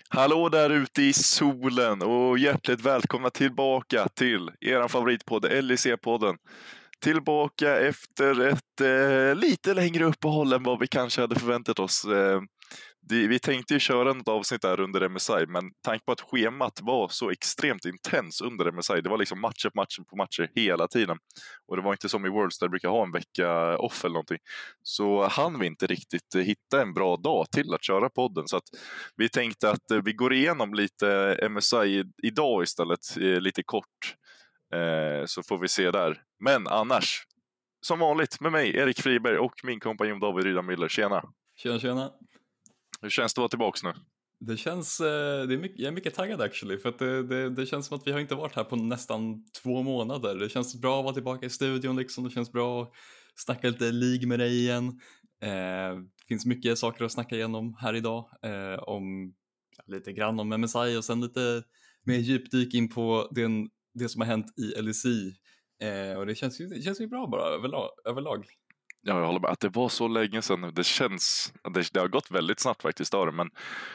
Hallå där ute i solen och hjärtligt välkomna tillbaka till er favoritpodd LEC-podden. Tillbaka efter ett lite längre uppehåll än vad vi kanske hade förväntat oss. Vi tänkte ju köra något avsnitt där under MSI, men tanke på att schemat var så extremt intens under MSI. Det var liksom matcher hela tiden. Och det var inte som i Worlds där det brukar ha en vecka off eller någonting. Så hann vi inte riktigt hitta en bra dag till att köra podden. Så att vi tänkte att vi går igenom lite MSI idag istället, lite kort. Så får vi se där. Men annars, som vanligt med mig, Erik Friberg och min kompanjon David Rydamiller. Tjena! Tjena. Hur känns det att vara tillbaka nu? Det känns, jag är mycket taggad actually, för att det känns som att vi har inte varit här på nästan 2 månader. Det känns bra att vara tillbaka i studion liksom, det känns bra att snacka lite League med dig igen. Det finns mycket saker att snacka igenom här idag, om lite grann om MSI och sen lite mer djupdyk in på det som har hänt i LEC. Och det känns ju bra bara överlag. Ja, jag håller med att det var så länge sedan nu. Det känns, det har gått väldigt snabbt faktiskt. Men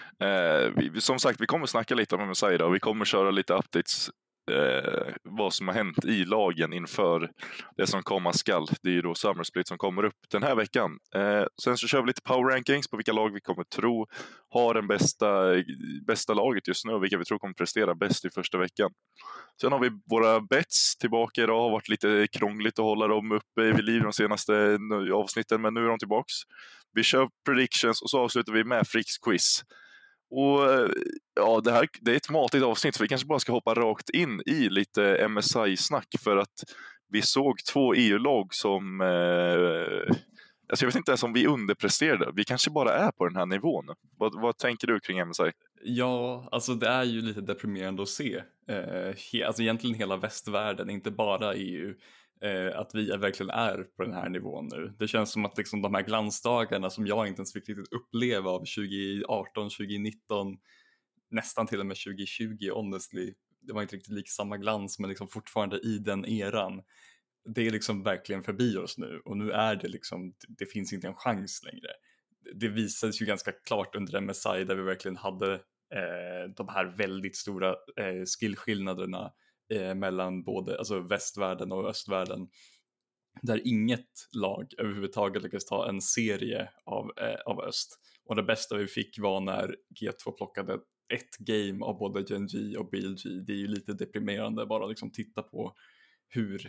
som sagt, vi kommer snacka lite om MSI idag. Vi kommer köra lite updates, vad som har hänt i lagen inför det som komma skall. Det är ju då Summer Split som kommer upp den här veckan. Sen så kör vi lite power rankings på vilka lag vi kommer tro har den bästa laget just nu och vilka vi tror kommer prestera bäst i första veckan. Sen har vi våra bets tillbaka idag. Det har varit lite krångligt att hålla dem uppe vid liv de senaste avsnitten, men nu är de tillbaks. Vi kör predictions och så avslutar vi med Fricks quiz. Och ja, det är ett matigt avsnitt, så vi kanske bara ska hoppa rakt in i lite MSI-snack, för att vi såg 2 EU-lag som alltså jag vet inte ens om vi underpresterade. Vi kanske bara är på den här nivån. Vad tänker du kring MSI? Ja, alltså det är ju lite deprimerande att se. Alltså egentligen hela västvärlden, inte bara EU. Att vi verkligen är på den här nivån nu. Det känns som att liksom de här glansdagarna som jag inte ens fick riktigt uppleva av 2018, 2019, nästan till och med 2020 honestly. Det var inte riktigt lika samma glans, men liksom fortfarande i den eran. Det är liksom verkligen förbi oss nu, och nu är det liksom, det finns inte en chans längre. Det visades ju ganska klart under MSI där vi verkligen hade de här väldigt stora skillskillnaderna mellan både alltså västvärlden och östvärlden, där inget lag överhuvudtaget lyckades ta en serie av öst. Och det bästa vi fick var när G2 plockade ett game av både Gen.G och BLG. Det är ju lite deprimerande bara liksom titta på hur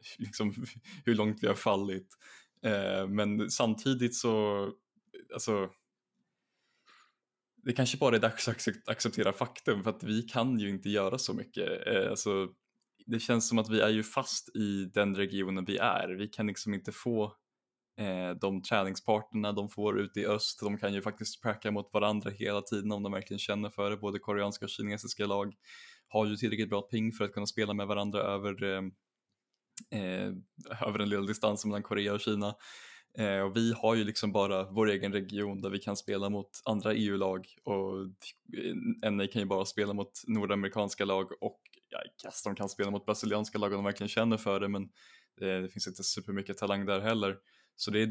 långt vi har fallit. Men samtidigt så, alltså, det kanske bara är dags att acceptera faktum, för att vi kan ju inte göra så mycket. Alltså, det känns som att vi är ju fast i den regionen vi är. Vi kan liksom inte få de träningspartnerna de får ute i öst. De kan ju faktiskt pracka mot varandra hela tiden om de verkligen känner för det. Både koreanska och kinesiska lag har ju tillräckligt bra ping för att kunna spela med varandra över en lilla distans mellan Korea och Kina. Och vi har ju liksom bara vår egen region där vi kan spela mot andra EU-lag, och NA kan ju bara spela mot nordamerikanska lag, och de kan spela mot brasilianska lag om de verkligen känner för det, men det finns inte supermycket talang där heller. Så det är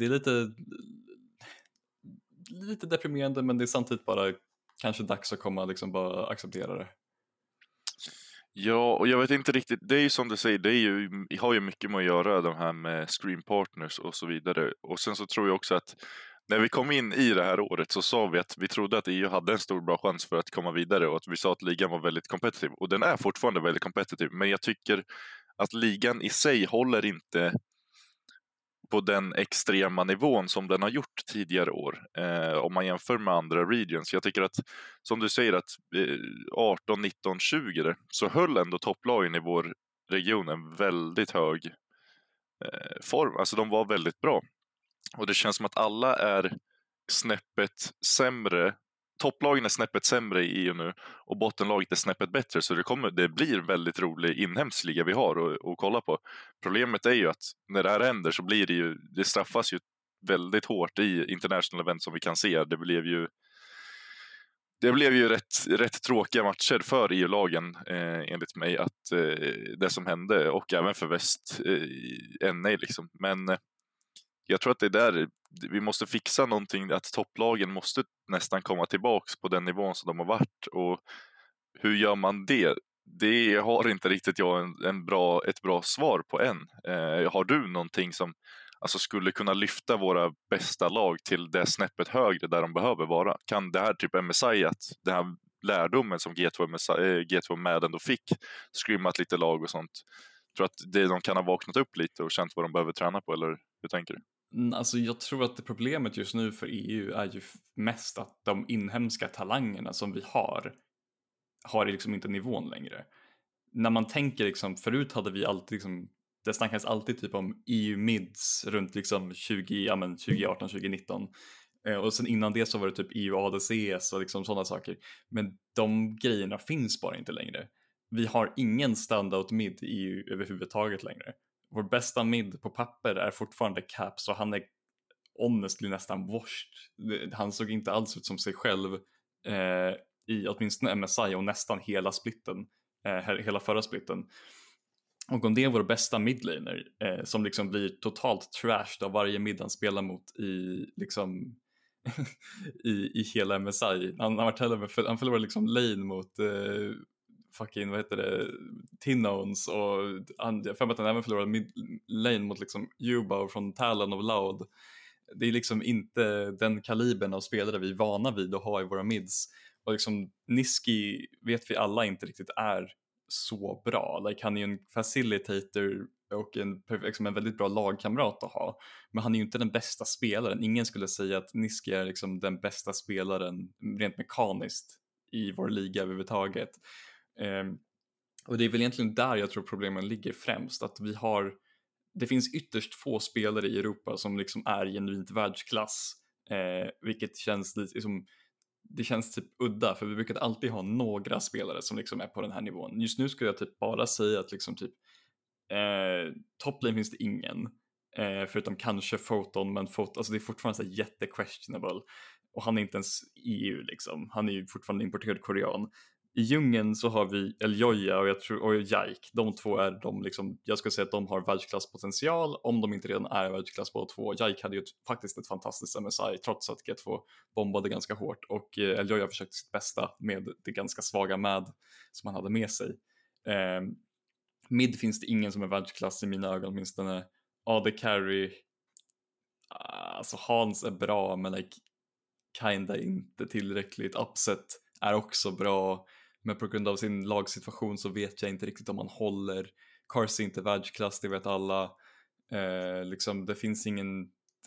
lite deprimerande, men det är samtidigt bara kanske dags att komma liksom bara acceptera det. Ja, och jag vet inte riktigt, det är ju som du säger, det har ju mycket med att göra de här med Screen Partners och så vidare. Och sen så tror jag också att när vi kom in i det här året så sa vi att vi trodde att EU hade en stor bra chans för att komma vidare, och att vi sa att ligan var väldigt kompetitiv. Och den är fortfarande väldigt kompetitiv, men jag tycker att ligan i sig håller inte på den extrema nivån som den har gjort tidigare år, om man jämför med andra regions. Jag tycker att, som du säger, att 18, 19, 20 så höll ändå topplagen i vår region en väldigt hög form. Alltså de var väldigt bra. Och det känns som att alla är snäppet sämre. Topplagen är snäppet sämre i EU nu, och bottenlaget är snäppet bättre, så det blir väldigt rolig inhemsk liga vi har att kolla på. Problemet är ju att när det här händer så blir det straffas ju väldigt hårt i international event, som vi kan se. Det blev ju rätt tråkiga matcher för EU-lagen, enligt mig, att det som hände, och även för väst NA liksom. Men jag tror att det är där vi måste fixa någonting, att topplagen måste nästan komma tillbaks på den nivån som de har varit. Och hur gör man det? Det har inte riktigt jag ett bra svar på än. Har du någonting som alltså skulle kunna lyfta våra bästa lag till det snäppet högre där de behöver vara? Kan det här typ MSI, att den här lärdomen som G2 med ändå fick, scrimmat lite lag och sånt, tror att de kan ha vaknat upp lite och känt vad de behöver träna på, eller hur tänker du? Alltså jag tror att det problemet just nu för EU är ju mest att de inhemska talangerna som vi har liksom inte nivån längre. När man tänker liksom, förut hade vi alltid liksom, det snackades alltid typ om EU mids runt liksom 2018, 2019. Och sen innan det så var det typ EU ADCs och liksom sådana saker. Men de grejerna finns bara inte längre. Vi har ingen standout mid i EU överhuvudtaget längre. Vår bästa mid på papper är fortfarande Caps och han är honestly nästan washed. Han såg inte alls ut som sig själv i åtminstone MSI och nästan hela splitten, hela förra splitten. Och om det är vår bästa midlaner som liksom blir totalt trashed av varje mid han spelar mot i liksom i hela MSI. Han förlorar liksom lane mot fucking, vad heter det, Tinnones, och jag för mig att han även förlorade lane mot liksom Yuba från Talon of Loud. Det är liksom inte den kalibern av spelare vi är vana vid att ha i våra mids. Och liksom Niski vet vi alla inte riktigt är så bra. Like, han är ju en facilitator och liksom en väldigt bra lagkamrat att ha. Men han är ju inte den bästa spelaren. Ingen skulle säga att Niski är liksom den bästa spelaren rent mekaniskt i vår liga överhuvudtaget. Och det är väl egentligen där jag tror problemen ligger främst. Att det finns ytterst få spelare i Europa som liksom är genuint världsklass. Vilket känns lite liksom, det känns typ udda, för vi brukar alltid ha några spelare som liksom är på den här nivån. Just nu skulle jag typ bara säga att liksom typ toplane finns det ingen, förutom kanske Photon, men alltså det är fortfarande så jätte-questionable. Och han är inte ens EU liksom, han är ju fortfarande importerad korean. I djungeln så har vi Eljoja och Jaik. De två är de liksom, jag skulle säga att de har världsklasspotential om de inte redan är världsklass båda två. Jaik hade ju faktiskt ett fantastiskt MSI trots att G2 bombade ganska hårt, och Eljoja försökte sitt bästa med det ganska svaga med som han hade med sig. Mid finns det ingen som är världsklass i mina ögon åtminstone. AD Carry, alltså Hans är bra men like kinda inte tillräckligt. Upset är också bra, men på grund av sin lagsituation så vet jag inte riktigt om han håller. Cars är inte världsklass, det vet alla. Liksom, det finns ingen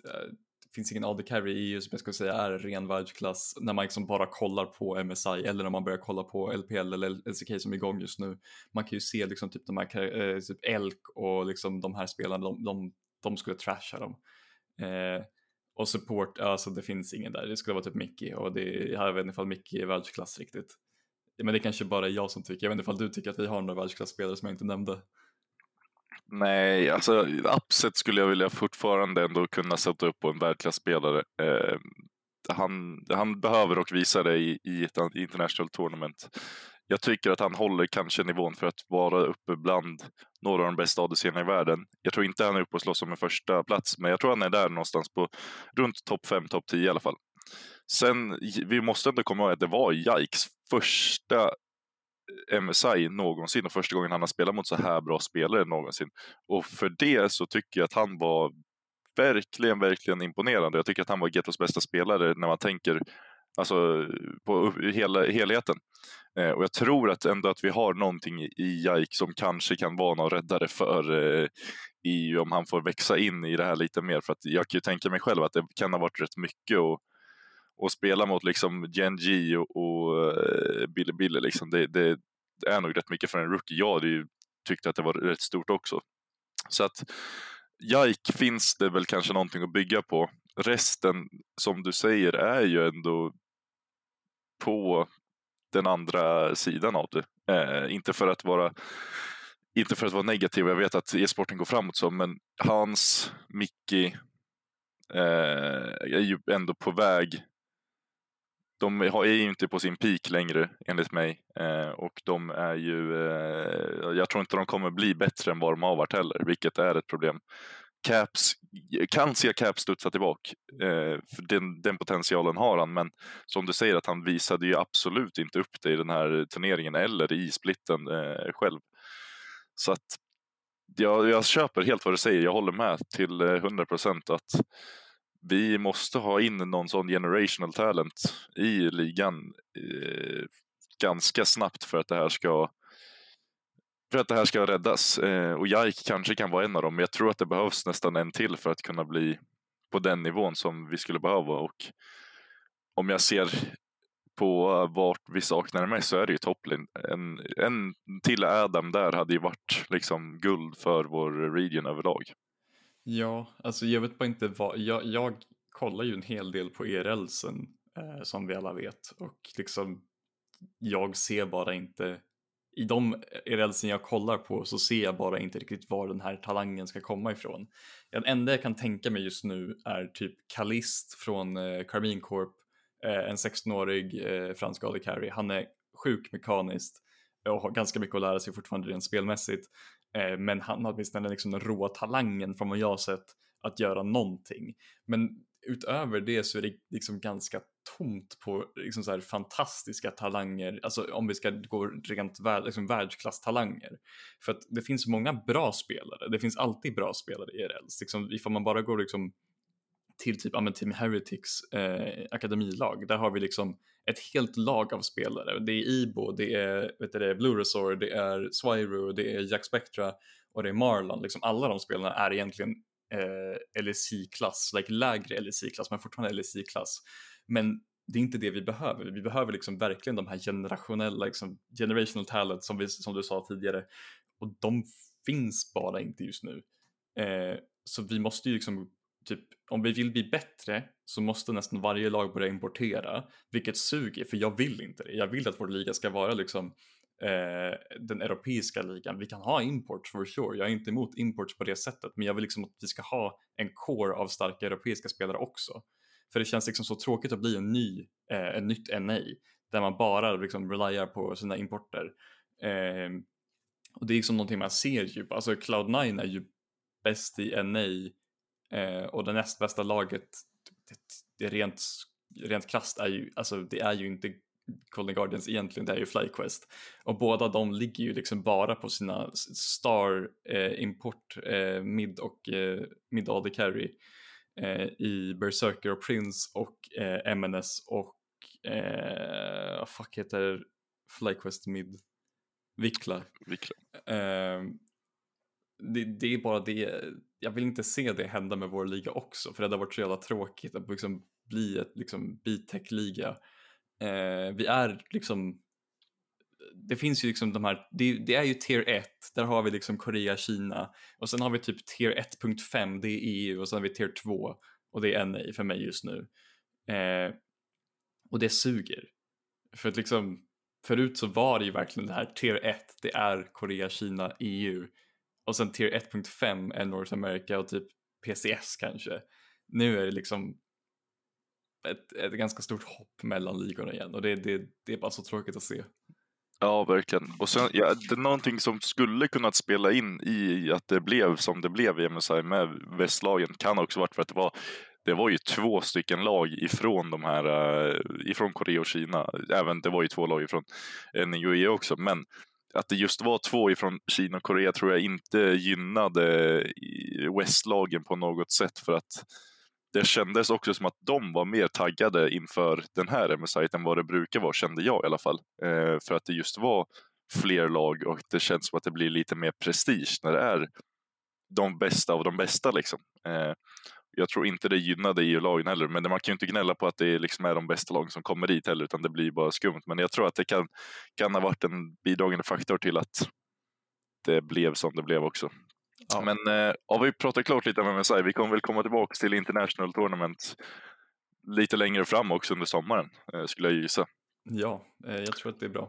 AD Carry i EU som jag skulle säga är ren världsklass när man liksom bara kollar på MSI, eller när man börjar kolla på LPL eller LCK som är igång just nu. Man kan ju se liksom typ de här typ Elk och liksom de här spelarna, de skulle trasha dem. Och support, alltså det finns ingen där. Det skulle vara typ Mickey, och jag vet inte ifall Mickey är världsklass riktigt. Men det kanske bara är jag som tycker. Jag vet inte ifall du tycker att vi har några världsklasspelare som jag inte nämnde. Nej, alltså Upset skulle jag vilja fortfarande ändå kunna sätta upp på en världsklasspelare. Han behöver och visa det i ett international tournament. Jag tycker att han håller kanske nivån för att vara uppe bland några av de bästa ADC:arna i världen. Jag tror inte han är uppe och slåss om en första plats, men jag tror han är där någonstans på runt topp 5, topp 10 i alla fall. Sen, vi måste ändå komma ihåg att det var Jaiks första MSI någonsin och första gången han har spelat mot så här bra spelare någonsin. Och för det så tycker jag att han var verkligen imponerande. Jag tycker att han var G2s bästa spelare när man tänker alltså på helheten. Och jag tror att ändå att vi har någonting i Jaik som kanske kan vara någon räddare för EU om han får växa in i det här lite mer. För att jag kan ju tänka mig själv att det kan ha varit rätt mycket och spela mot liksom Genji och Billy liksom. Det är nog rätt mycket för en rookie. Jag hade ju tyckt att det var rätt stort också. Så att Jaik finns det väl kanske någonting att bygga på. Resten, som du säger, är ju ändå på den andra sidan av det. Inte för att vara negativ, jag vet att e-sporten går framåt så, men Hans, Mickey är ju ändå på väg. De är ju inte på sin peak längre enligt mig, och de är ju jag tror inte de kommer bli bättre än vad de har varit heller, vilket är ett problem. Caps kan se Caps studsa tillbaka. För den potentialen har han, men som du säger att han visade ju absolut inte upp det i den här turneringen eller i splitten själv. Så att jag köper helt vad du säger. Jag håller med till 100% att vi måste ha in någon sån generational talent i ligan ganska snabbt för att det här ska räddas. Och Jaik kanske kan vara en av dem, men jag tror att det behövs nästan en till för att kunna bli på den nivån som vi skulle behöva. Och om jag ser på vart vi saknar det mest så är det ju topplin. En till Adam där hade ju varit liksom guld för vår region överlag. Ja, alltså jag vet bara inte vad, jag kollar ju en hel del på ERLsen som vi alla vet, och liksom jag ser bara inte, i de ERLsen jag kollar på så ser jag bara inte riktigt var den här talangen ska komma ifrån. Den enda jag kan tänka mig just nu är typ Kalist från Karmine Corp, en 16-årig fransk AD carry. Han är sjuk mekaniskt och har ganska mycket att lära sig fortfarande rent spelmässigt. Men han har åtminstone liksom den råa talangen från vad jag har sett att göra någonting. Men utöver det så är det liksom ganska tomt på liksom så här fantastiska talanger, alltså om vi ska gå rent liksom världsklasstalanger. För att det finns många bra spelare, det finns alltid bra spelare i RLs. Liksom, ifall man bara går liksom till typ Team Heretics akademilag, där har vi liksom ett helt lag av spelare. Det är Ibo, det är Blue Resort, det är Swyru, det är Jack Spectra och det är Marlon. Liksom alla de spelarna är egentligen LEC-klass, like lägre LEC-klass, men fortfarande LEC-klass. Men det är inte det vi behöver. Vi behöver liksom verkligen de här generationella, liksom generational talent som du sa tidigare, och de finns bara inte just nu. Så vi måste ju liksom typ, om vi vill bli bättre så måste nästan varje lag börja importera, vilket suger, för jag vill inte det. Jag vill att vår liga ska vara liksom den europeiska ligan. Vi kan ha imports for sure, jag är inte emot imports på det sättet, men jag vill liksom att vi ska ha en core av starka europeiska spelare också. För det känns liksom så tråkigt att bli en nytt NA där man bara liksom relyar på sina importer. Och det är liksom någonting man ser ju, alltså Cloud9 är ju bäst i NA, och det näst bästa laget, det rent krasst är ju, alltså det är ju inte Golden Guardians egentligen, det är ju FlyQuest, och båda de ligger ju liksom bara på sina star import mid och mid AD carry i Berserker och Prince och MNS och fuck heter FlyQuest mid Vikla. Det är bara det, jag vill inte se det hända med vår liga också, för det hade varit så jävla tråkigt att liksom bli ett liksom B-tech-liga. Vi är liksom, det finns ju liksom de här, det är ju tier 1, där har vi liksom Korea, Kina, och sen har vi typ tier 1.5, det är EU, och sen har vi tier 2 och det är NA för mig just nu. Och det suger, för att liksom förut så var det ju verkligen det här tier 1, det är Korea, Kina, EU, och sen tier 1.5 är North America och typ PCS kanske. Nu är det liksom ett ganska stort hopp mellan ligorna igen, och det är bara så tråkigt att se. Ja, verkligen. Och sen, ja, det är någonting som skulle kunnat spela in i att det blev som det blev i MSI med västlagen, kan också varit för att det var ju 2 stycken lag ifrån de här, ifrån Korea och Kina. Även det var ju 2 lag ifrån NUE också, men att det just var 2 ifrån Kina och Korea tror jag inte gynnade västlagen på något sätt, för att det kändes också som att de var mer taggade inför den här MSI än vad det brukar vara, kände jag i alla fall. För att det just var fler lag, och det känns som att det blir lite mer prestige när det är de bästa av de bästa liksom. Jag tror inte det gynnade EU-lagen heller, men man kan ju inte gnälla på att det liksom är de bästa lagen som kommer dit heller, utan det blir bara skumt. Men jag tror att det kan ha varit en bidragande faktor till att det blev som det blev också. Ja. Men har vi pratat klart lite om MSI, vi kommer väl komma tillbaka till International Tournament lite längre fram också under sommaren, skulle jag gissa. Ja, jag tror att det är bra.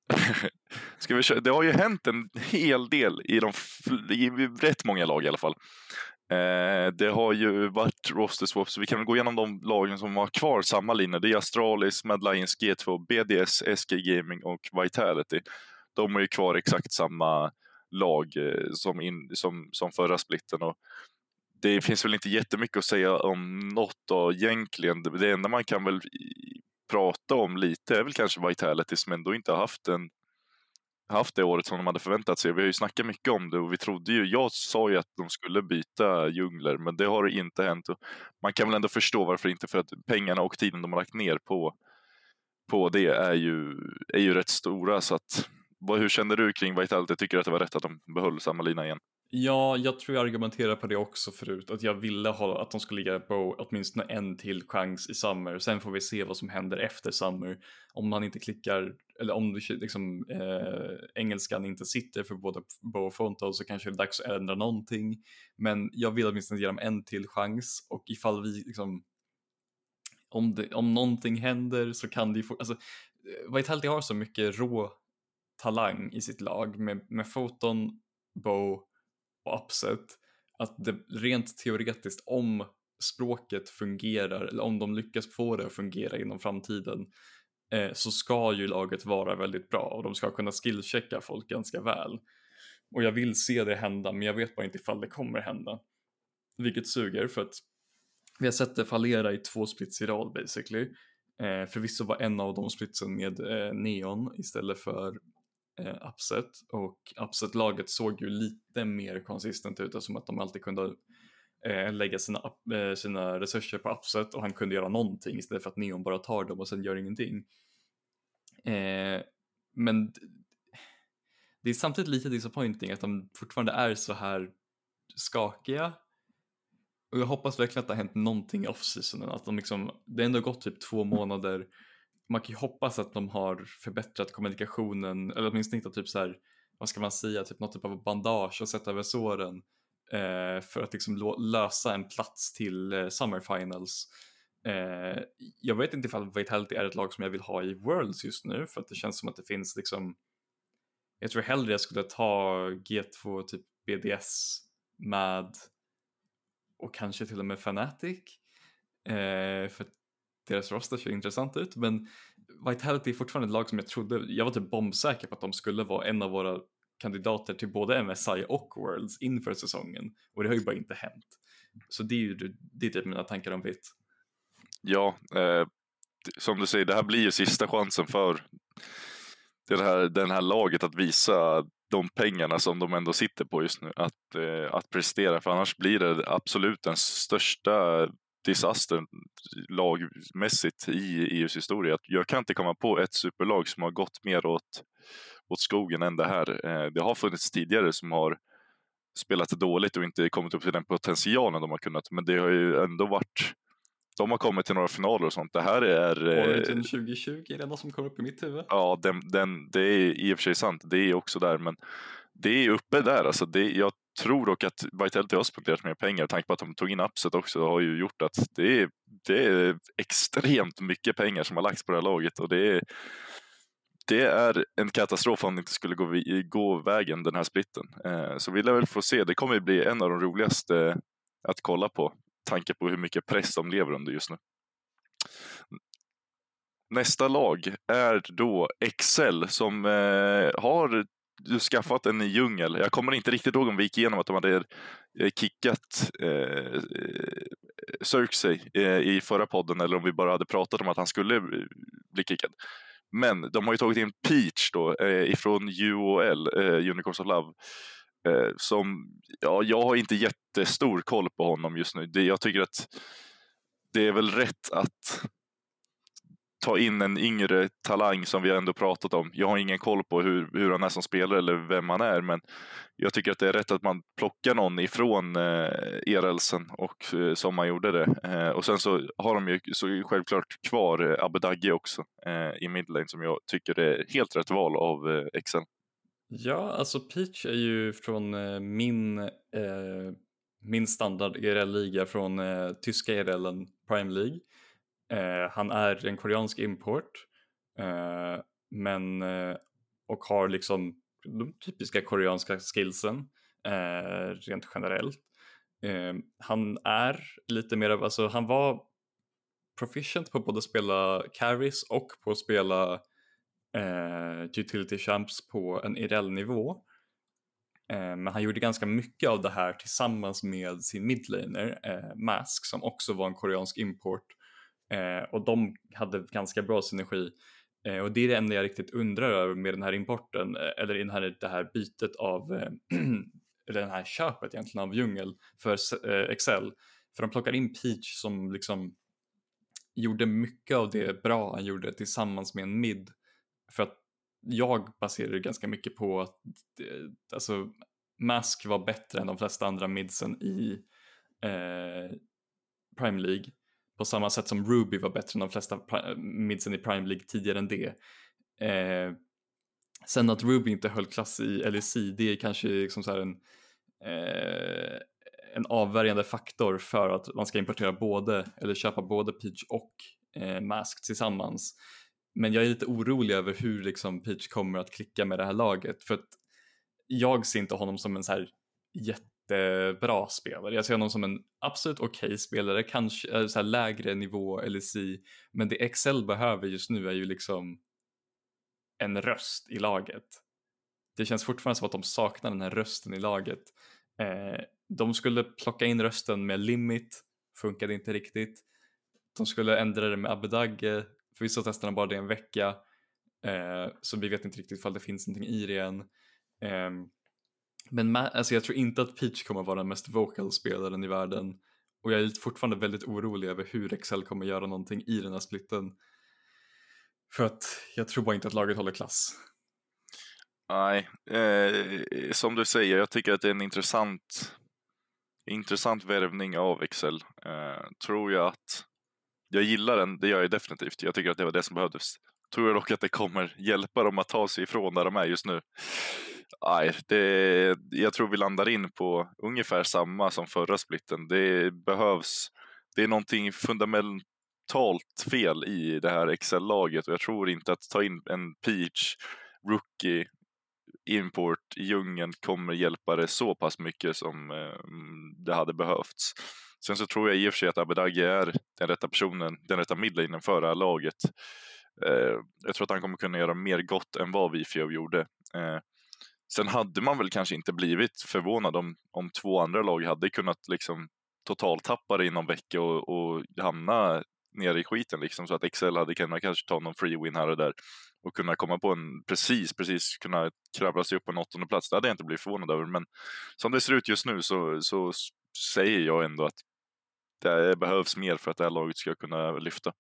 Det har ju hänt en hel del i rätt många lag i alla fall. Det har ju varit roster swaps, så vi kan väl gå igenom de lagen som har kvar samma linje. Det är Astralis, Mad Lions, G2, BDS, SK Gaming och Vitality. De är ju kvar exakt samma lag som förra splitten, och det finns väl inte jättemycket att säga om något då, egentligen. Det enda man kan väl prata om lite är väl kanske Vitality, som ändå inte har haft det året som de hade förväntat sig. Vi har ju snackat mycket om det och jag sa ju att de skulle byta jungler, men det har inte hänt. Och man kan väl ändå förstå varför inte, för att pengarna och tiden de har lagt ner på det är ju rätt stora. Så att, hur känner du kring Vitality? Tycker du att det var rätt att de behöll samma lina igen? Ja, jag tror jag argumenterade på det också förut, att jag ville att de skulle ge Bo åtminstone en till chans i Summer. Sen får vi se vad som händer efter Summer. Om man inte klickar, eller om liksom, engelskan inte sitter för både Bo och Fonto, så kanske det är dags att ändra någonting. Men jag vill åtminstone ge dem en till chans, och ifall vi liksom, om någonting händer så kan det ju alltså, Vitality har så mycket rå talang i sitt lag med Photon, Bo och Upset, att det rent teoretiskt, om språket fungerar, eller om de lyckas få det att fungera inom framtiden, så ska ju laget vara väldigt bra och de ska kunna skillchecka folk ganska väl. Och jag vill se det hända, men jag vet bara inte ifall det kommer hända. Vilket suger, för att vi har sett det fallera i 2 splits i rad basically. Förvisso var en av de splitsen med Neon istället för Upset, och Upset-laget såg ju lite mer konsistent ut, som att de alltid kunde lägga sina resurser på Upset och han kunde göra någonting istället för att Neon bara tar dem och sen gör ingenting. Men det är samtidigt lite disappointing att de fortfarande är så här skakiga. Och jag hoppas verkligen att det har hänt någonting i off-seasonen, att de liksom, det har ändå gått typ 2 månader. Man kan ju hoppas att de har förbättrat kommunikationen, eller åtminstone inte typ så här, vad ska man säga, typ något typ av bandage och sätta över såren, för att liksom lösa en plats till Summer Finals. Jag vet inte ifall Vitality är ett lag som jag vill ha i Worlds just nu, för att det känns som att det finns liksom, jag tror hellre jag skulle ta G2 typ BDS med, och kanske till och med Fnatic, för deras roster ser intressant ut. Men Vitality är fortfarande ett lag som jag var typ bombsäker på att de skulle vara en av våra kandidater till både MSI och Worlds inför säsongen, och det har ju bara inte hänt. Så det är typ mina tankar om VIT. Ja, som du säger, det här blir ju sista chansen för den här laget att visa de pengarna som de ändå sitter på just nu, att prestera, för annars blir det absolut den största disaster lagmässigt i EUs historia. Jag kan inte komma på ett superlag som har gått mer åt skogen än det här. Det har funnits tidigare som har spelat dåligt och inte kommit upp till den potentialen de har kunnat, men det har ju ändå varit, de har kommit till några finaler och sånt. Det här är Origin 2020 är det enda som kommer upp i mitt huvud. Ja, det är i och för sig sant. Det är också där, men det är uppe där. Alltså jag tror dock att Vitality har spenderat mer pengar. Tanke på att de tog in Upset också har ju gjort att det är extremt mycket pengar som har lagts på det här laget, och det är en katastrof om det inte skulle gå vägen den här splitten. Så vi lär väl få se. Det kommer bli en av de roligaste att kolla på, tanke på hur mycket press de lever under just nu. Nästa lag är då Excel, som har skaffat en ny djungel. Jag kommer inte riktigt ihåg om vi gick igenom att de hade kickat Xerxes i förra podden, eller om vi bara hade pratat om att han skulle bli kickad. Men de har ju tagit in Peach då, ifrån UOL, Unicorns of Love, som, ja, jag har inte jättestor koll på honom just nu. Jag tycker att det är väl rätt att ta in en yngre talang som vi ändå pratat om. Jag har ingen koll på hur han är som spelare eller vem han är, men jag tycker att det är rätt att man plockar någon ifrån ERLsen, och som man gjorde det. Och sen så har de ju så självklart kvar Abedagge också i midlane, som jag tycker är helt rätt val av Excel. Ja, alltså Peach är ju från min standard ERL-liga från tyska ERLen Prime League. Han är en koreansk import, men och har liksom de typiska koreanska skillsen rent generellt. Han är lite mer av, alltså han var proficient på både att spela carries och på att spela utility champs på en IRL-nivå. Men han gjorde ganska mycket av det här tillsammans med sin midlaner, Mask, som också var en koreansk import. Och de hade ganska bra synergi. Och det är det enda jag riktigt undrar över med den här importen, eller det här bytet av, eller det här köpet egentligen av Djungel för Excel. För de plockar in Peach som liksom gjorde mycket av det bra han gjorde tillsammans med en mid. För att jag baserar det ganska mycket på att alltså, Mask var bättre än de flesta andra midsen i Prime League. På samma sätt som Ruby var bättre än de flesta midsen i Prime League tidigare än det. Sen att Ruby inte höll klass i LEC, det är kanske liksom så här en avvärjande faktor för att man ska importera eller köpa både Peach och Mask tillsammans. Men jag är lite orolig över hur liksom Peach kommer att klicka med det här laget, för att jag ser inte honom som en så här jättebra spelare. Jag ser honom som en absolut okej spelare, kanske så här lägre nivå LEC, men det Excel behöver just nu är ju liksom en röst i laget. Det känns fortfarande som att de saknar den här rösten i laget. De skulle plocka in rösten med Limit, funkade inte riktigt. De skulle ändra det med Abedagge, förvisso testade de bara det en vecka, så vi vet inte riktigt ifall det finns någonting i det än. Men alltså jag tror inte att Peach kommer vara den mest vocal spelaren i världen, och jag är fortfarande väldigt orolig över hur Excel kommer göra någonting i den här splitten, för att jag tror bara inte att laget håller klass. Nej, som du säger, jag tycker att det är en intressant värvning av Excel. Tror jag att jag gillar den, det gör jag definitivt. Jag tycker att det var det som behövdes. Tror jag dock att det kommer hjälpa dem att ta sig ifrån där de är just nu. Nej, jag tror vi landar in på ungefär samma som förra splitten. Det är någonting fundamentalt fel i det här Excel-laget, och jag tror inte att ta in en Peach rookie import i djungeln kommer hjälpa det så pass mycket som det hade behövts. Sen så tror jag i och för sig att Abedagge är den rätta personen, den rätta midlanen för det här laget. Jag tror att han kommer kunna göra mer gott än vad Vifjov gjorde. Sen hade man väl kanske inte blivit förvånad om två andra lag hade kunnat liksom totalt tappa det i någon vecka och hamna nere i skiten liksom, så att Excel hade kunnat kanske ta någon free win här och där och kunna komma på en precis kunna kravla sig upp på en 8:e plats. Det hade jag inte blivit förvånad över, men som det ser ut just nu så säger jag ändå att det behövs mer för att det här laget ska kunna lyfta.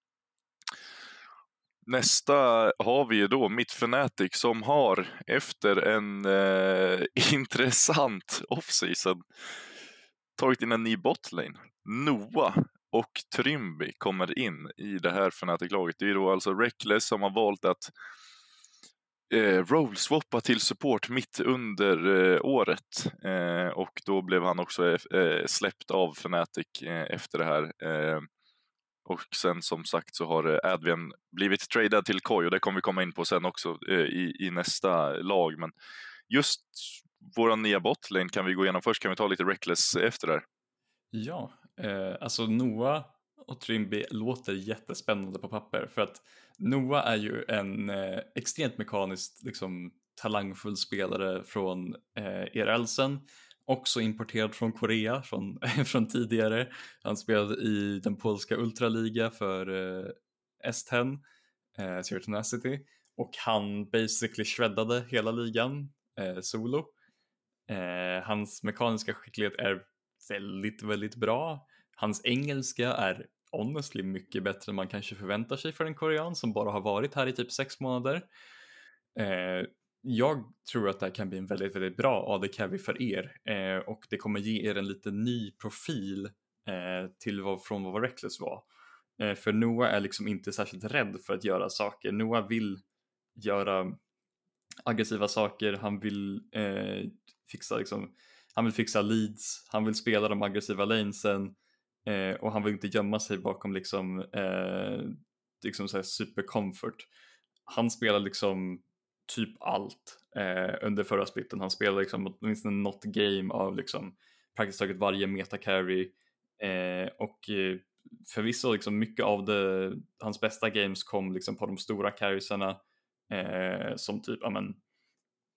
Nästa har vi ju då Mitt Fnatic, som har efter en intressant offseason tagit in en ny botlane. Noah och Trymbi kommer in i det här Fnatic-laget. Det är då alltså Reckless som har valt att roll-swappa till support mitt under året. Och då blev han också släppt av Fnatic efter det här. Och sen som sagt så har Advian blivit tradad till Koi, och det kommer vi komma in på sen också i nästa lag. Men just våran nya botlane kan vi gå igenom först. Kan vi ta lite Reckless efter det här? Ja, alltså Noah och Trymbi låter jättespännande på papper, för att Noah är ju en extremt mekaniskt liksom talangfull spelare från ERLsen, också importerad från Korea från tidigare. Han spelade i den polska ultraliga för S10, Zero Tenacity, och han basically shreddade hela ligan solo. Hans mekaniska skicklighet är väldigt bra. Hans engelska är honestly mycket bättre än man kanske förväntar sig för en korean som bara har varit här i typ 6 månader. Jag tror att det här kan bli en väldigt bra AD Carry för er, och det kommer ge er en lite ny profil från vad Reckless var. För Noah är liksom inte särskilt rädd för att göra saker. Noah vill göra aggressiva saker, han vill fixa leads, han vill spela de aggressiva lanesen, och han vill inte gömma sig bakom liksom så här super comfort. Han spelar liksom typ allt under förra splitten. Han spelar liksom åtminstone något game av liksom praktiskt taget varje meta carry, och förvisso liksom mycket av hans bästa games kom liksom på de stora carriesarna, som typ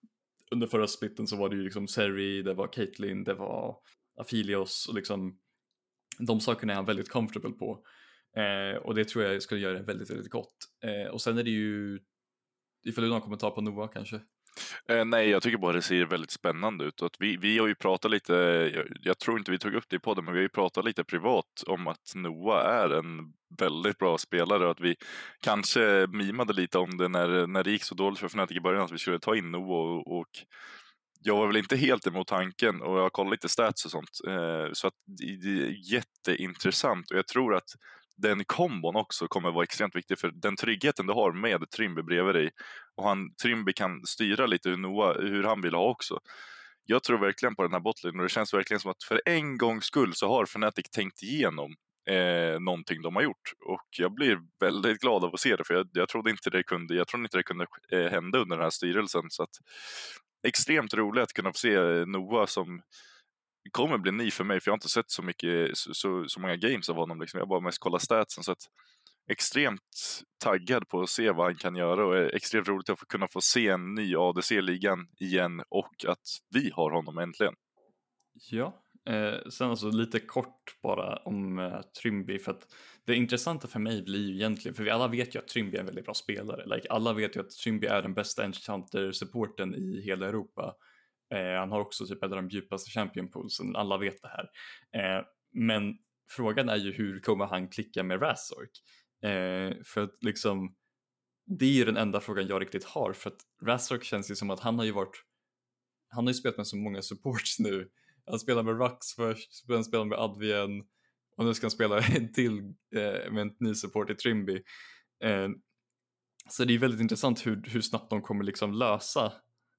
under förra splitten så var det ju liksom Seri, det var Caitlyn, det var Aphelios och liksom de sakerna är han väldigt comfortable på. Och det tror jag skulle göra det väldigt, väldigt gott. Och sen är det ju, ifall du har någon kommentar på Noah kanske? Nej, jag tycker bara det ser väldigt spännande ut. Och att vi har ju pratat lite, jag tror inte vi tog upp det i podden, men vi har ju pratat lite privat om att Noah är en väldigt bra spelare och att vi kanske mimade lite om det när det gick så dåligt för Fnatic i början att vi skulle ta in Noah och jag var väl inte helt emot tanken och jag kollade lite stats och sånt. Så att det är jätteintressant och jag tror att den kombon också kommer vara extremt viktig för den tryggheten du har med Trimby bredvid dig och Trimby kan styra lite hur han vill ha också. Jag tror verkligen på den här botlinen och det känns verkligen som att för en gångs skull så har Fnatic tänkt igenom någonting de har gjort och jag blir väldigt glad av att se det för jag trodde inte det kunde hända under den här styrelsen så att extremt roligt att kunna få se Noah som kommer bli ny för mig för jag har inte sett så mycket så många games av honom liksom. Jag bara mest kollar statsen så att extremt taggad på att se vad han kan göra och är extremt roligt att kunna få se en ny ADC-ligan igen och att vi har honom äntligen. Ja, sen alltså lite kort bara om Trimby för att det intressanta för mig blir ju egentligen, för vi alla vet ju att Trimby är en väldigt bra spelare, alla vet ju att Trimby är den bästa enchanter-supporten i hela Europa. Han har också typ en av de djupaste champion poolsen, alla vet det här. Men frågan är ju hur kommer han klicka med Razork? För att liksom det är ju den enda frågan jag riktigt har för att Razork känns ju som att han har ju spelat med så många supports nu. Han spelar med Rux först, han spelar med Advien och nu ska han spela en till med en ny support i Trimby. Så det är väldigt intressant hur snabbt de kommer liksom lösa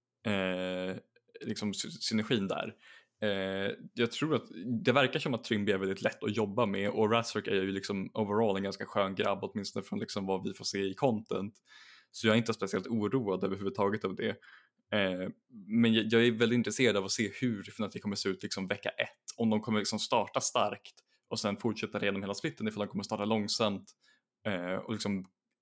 liksom synergin där. Jag tror att det verkar som att Trimby är väldigt lätt att jobba med och Razork är ju liksom overall en ganska skön grabb åtminstone från liksom vad vi får se i content. Så jag är inte speciellt oroad överhuvudtaget av det. Men jag är väldigt intresserad av att se hur Fnatic kommer se ut liksom vecka 1. Om de kommer liksom starta starkt och sen fortsätta genom hela splitten, ifall de kommer starta långsamt och liksom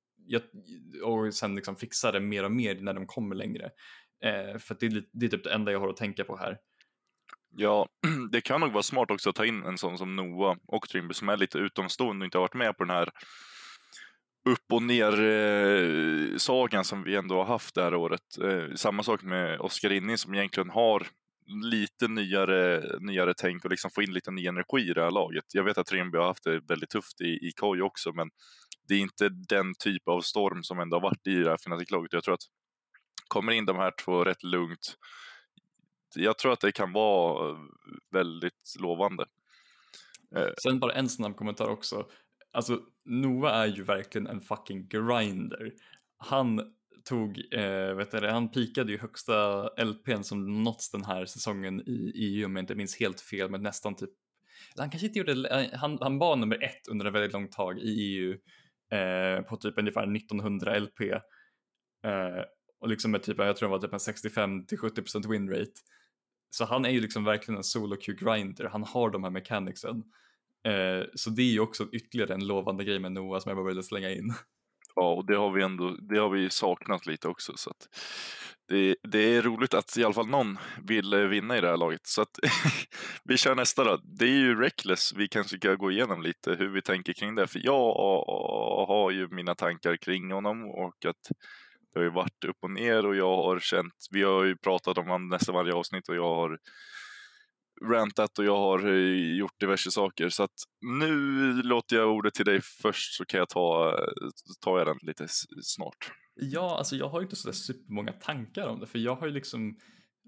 och sen liksom fixa det mer och mer när de kommer längre. För det är typ det enda jag har att tänka på här. Ja, det kan nog vara smart också att ta in en sån som Noah och Trimby som är lite utomstående och inte har varit med på den här upp och ner sagan som vi ändå har haft det här året. Samma sak med Oskar Inni som egentligen har lite nyare tänk och liksom få in lite ny energi i det här laget. Jag vet att Trimby har haft det väldigt tufft i KOI också, men det är inte den typ av storm som ändå har varit i det här Fnatic-laget. Jag tror att kommer in de här två rätt lugnt. Jag tror att det kan vara väldigt lovande. Sen bara en snabb kommentar också. Alltså Noah är ju verkligen en fucking grinder. Han han pikade ju högsta LPn som nåtts den här säsongen i EU om jag inte minns helt fel, men nästan typ han kanske inte gjorde han var nummer 1 under en väldigt lång tag i EU på typ ungefär 1900 LP och liksom med typ, jag tror det var typ en 65-70% winrate. Så han är ju liksom verkligen en solo queue grinder, han har de här mechanicsen. Så det är ju också ytterligare en lovande grej med Noah som jag bara ville slänga in. Ja, och det har vi saknat lite också, så att det är roligt att i alla fall någon vill vinna i det här laget. Så att vi kör nästa då. Det är ju Reckless, vi kanske ska gå igenom lite hur vi tänker kring det, för jag har ju mina tankar kring honom och att det har ju varit upp och ner och jag har känt, vi har ju pratat om honom nästan varje avsnitt och jag har rantat och jag har gjort diverse saker, så att nu låter jag ordet till dig först så kan jag ta den lite snart. Ja, alltså jag har ju inte så supermånga tankar om det, för jag har ju liksom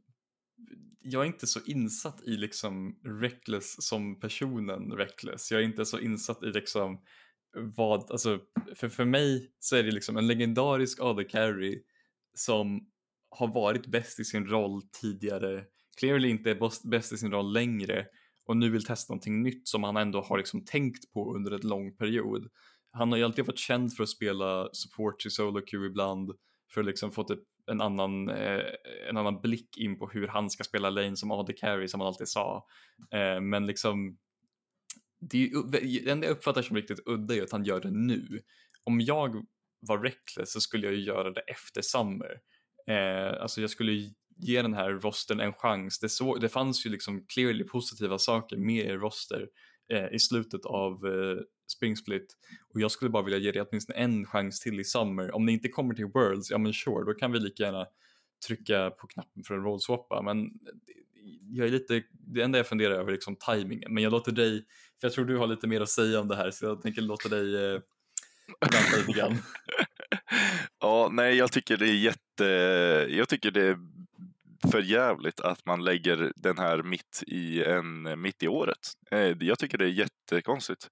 jag är inte så insatt i liksom Reckless som personen Reckless. Jag är inte så insatt i liksom vad, alltså för mig så är det liksom en legendarisk AD Carry som har varit bäst i sin roll tidigare, clearly inte är bäst i sin roll längre och nu vill testa någonting nytt som han ändå har liksom tänkt på under en lång period. Han har ju alltid varit känd för att spela support i solo queue ibland för att liksom få typ en annan blick in på hur han ska spela lane som AD Carry som han alltid sa. Men liksom det enda jag uppfattar som riktigt udda är att han gör det nu. Om jag var Reckless så skulle jag ju göra det efter Summer. Alltså jag skulle ge den här rostern en chans. Det fanns ju liksom clearly positiva saker med er roster i slutet av Spring Split, och jag skulle bara vilja ge det åtminstone en chans till i Summer. Om det inte kommer till Worlds, ja men sure, då kan vi lika gärna trycka på knappen för en rollswappa, men jag är lite, det enda jag funderar över är liksom timingen, men jag låter dig, för jag tror du har lite mer att säga om det här, så jag tänker låta dig vänta lite grann. Ja, nej, jag tycker det är för jävligt att man lägger den här mitt i året. Jag tycker det är jättekonstigt.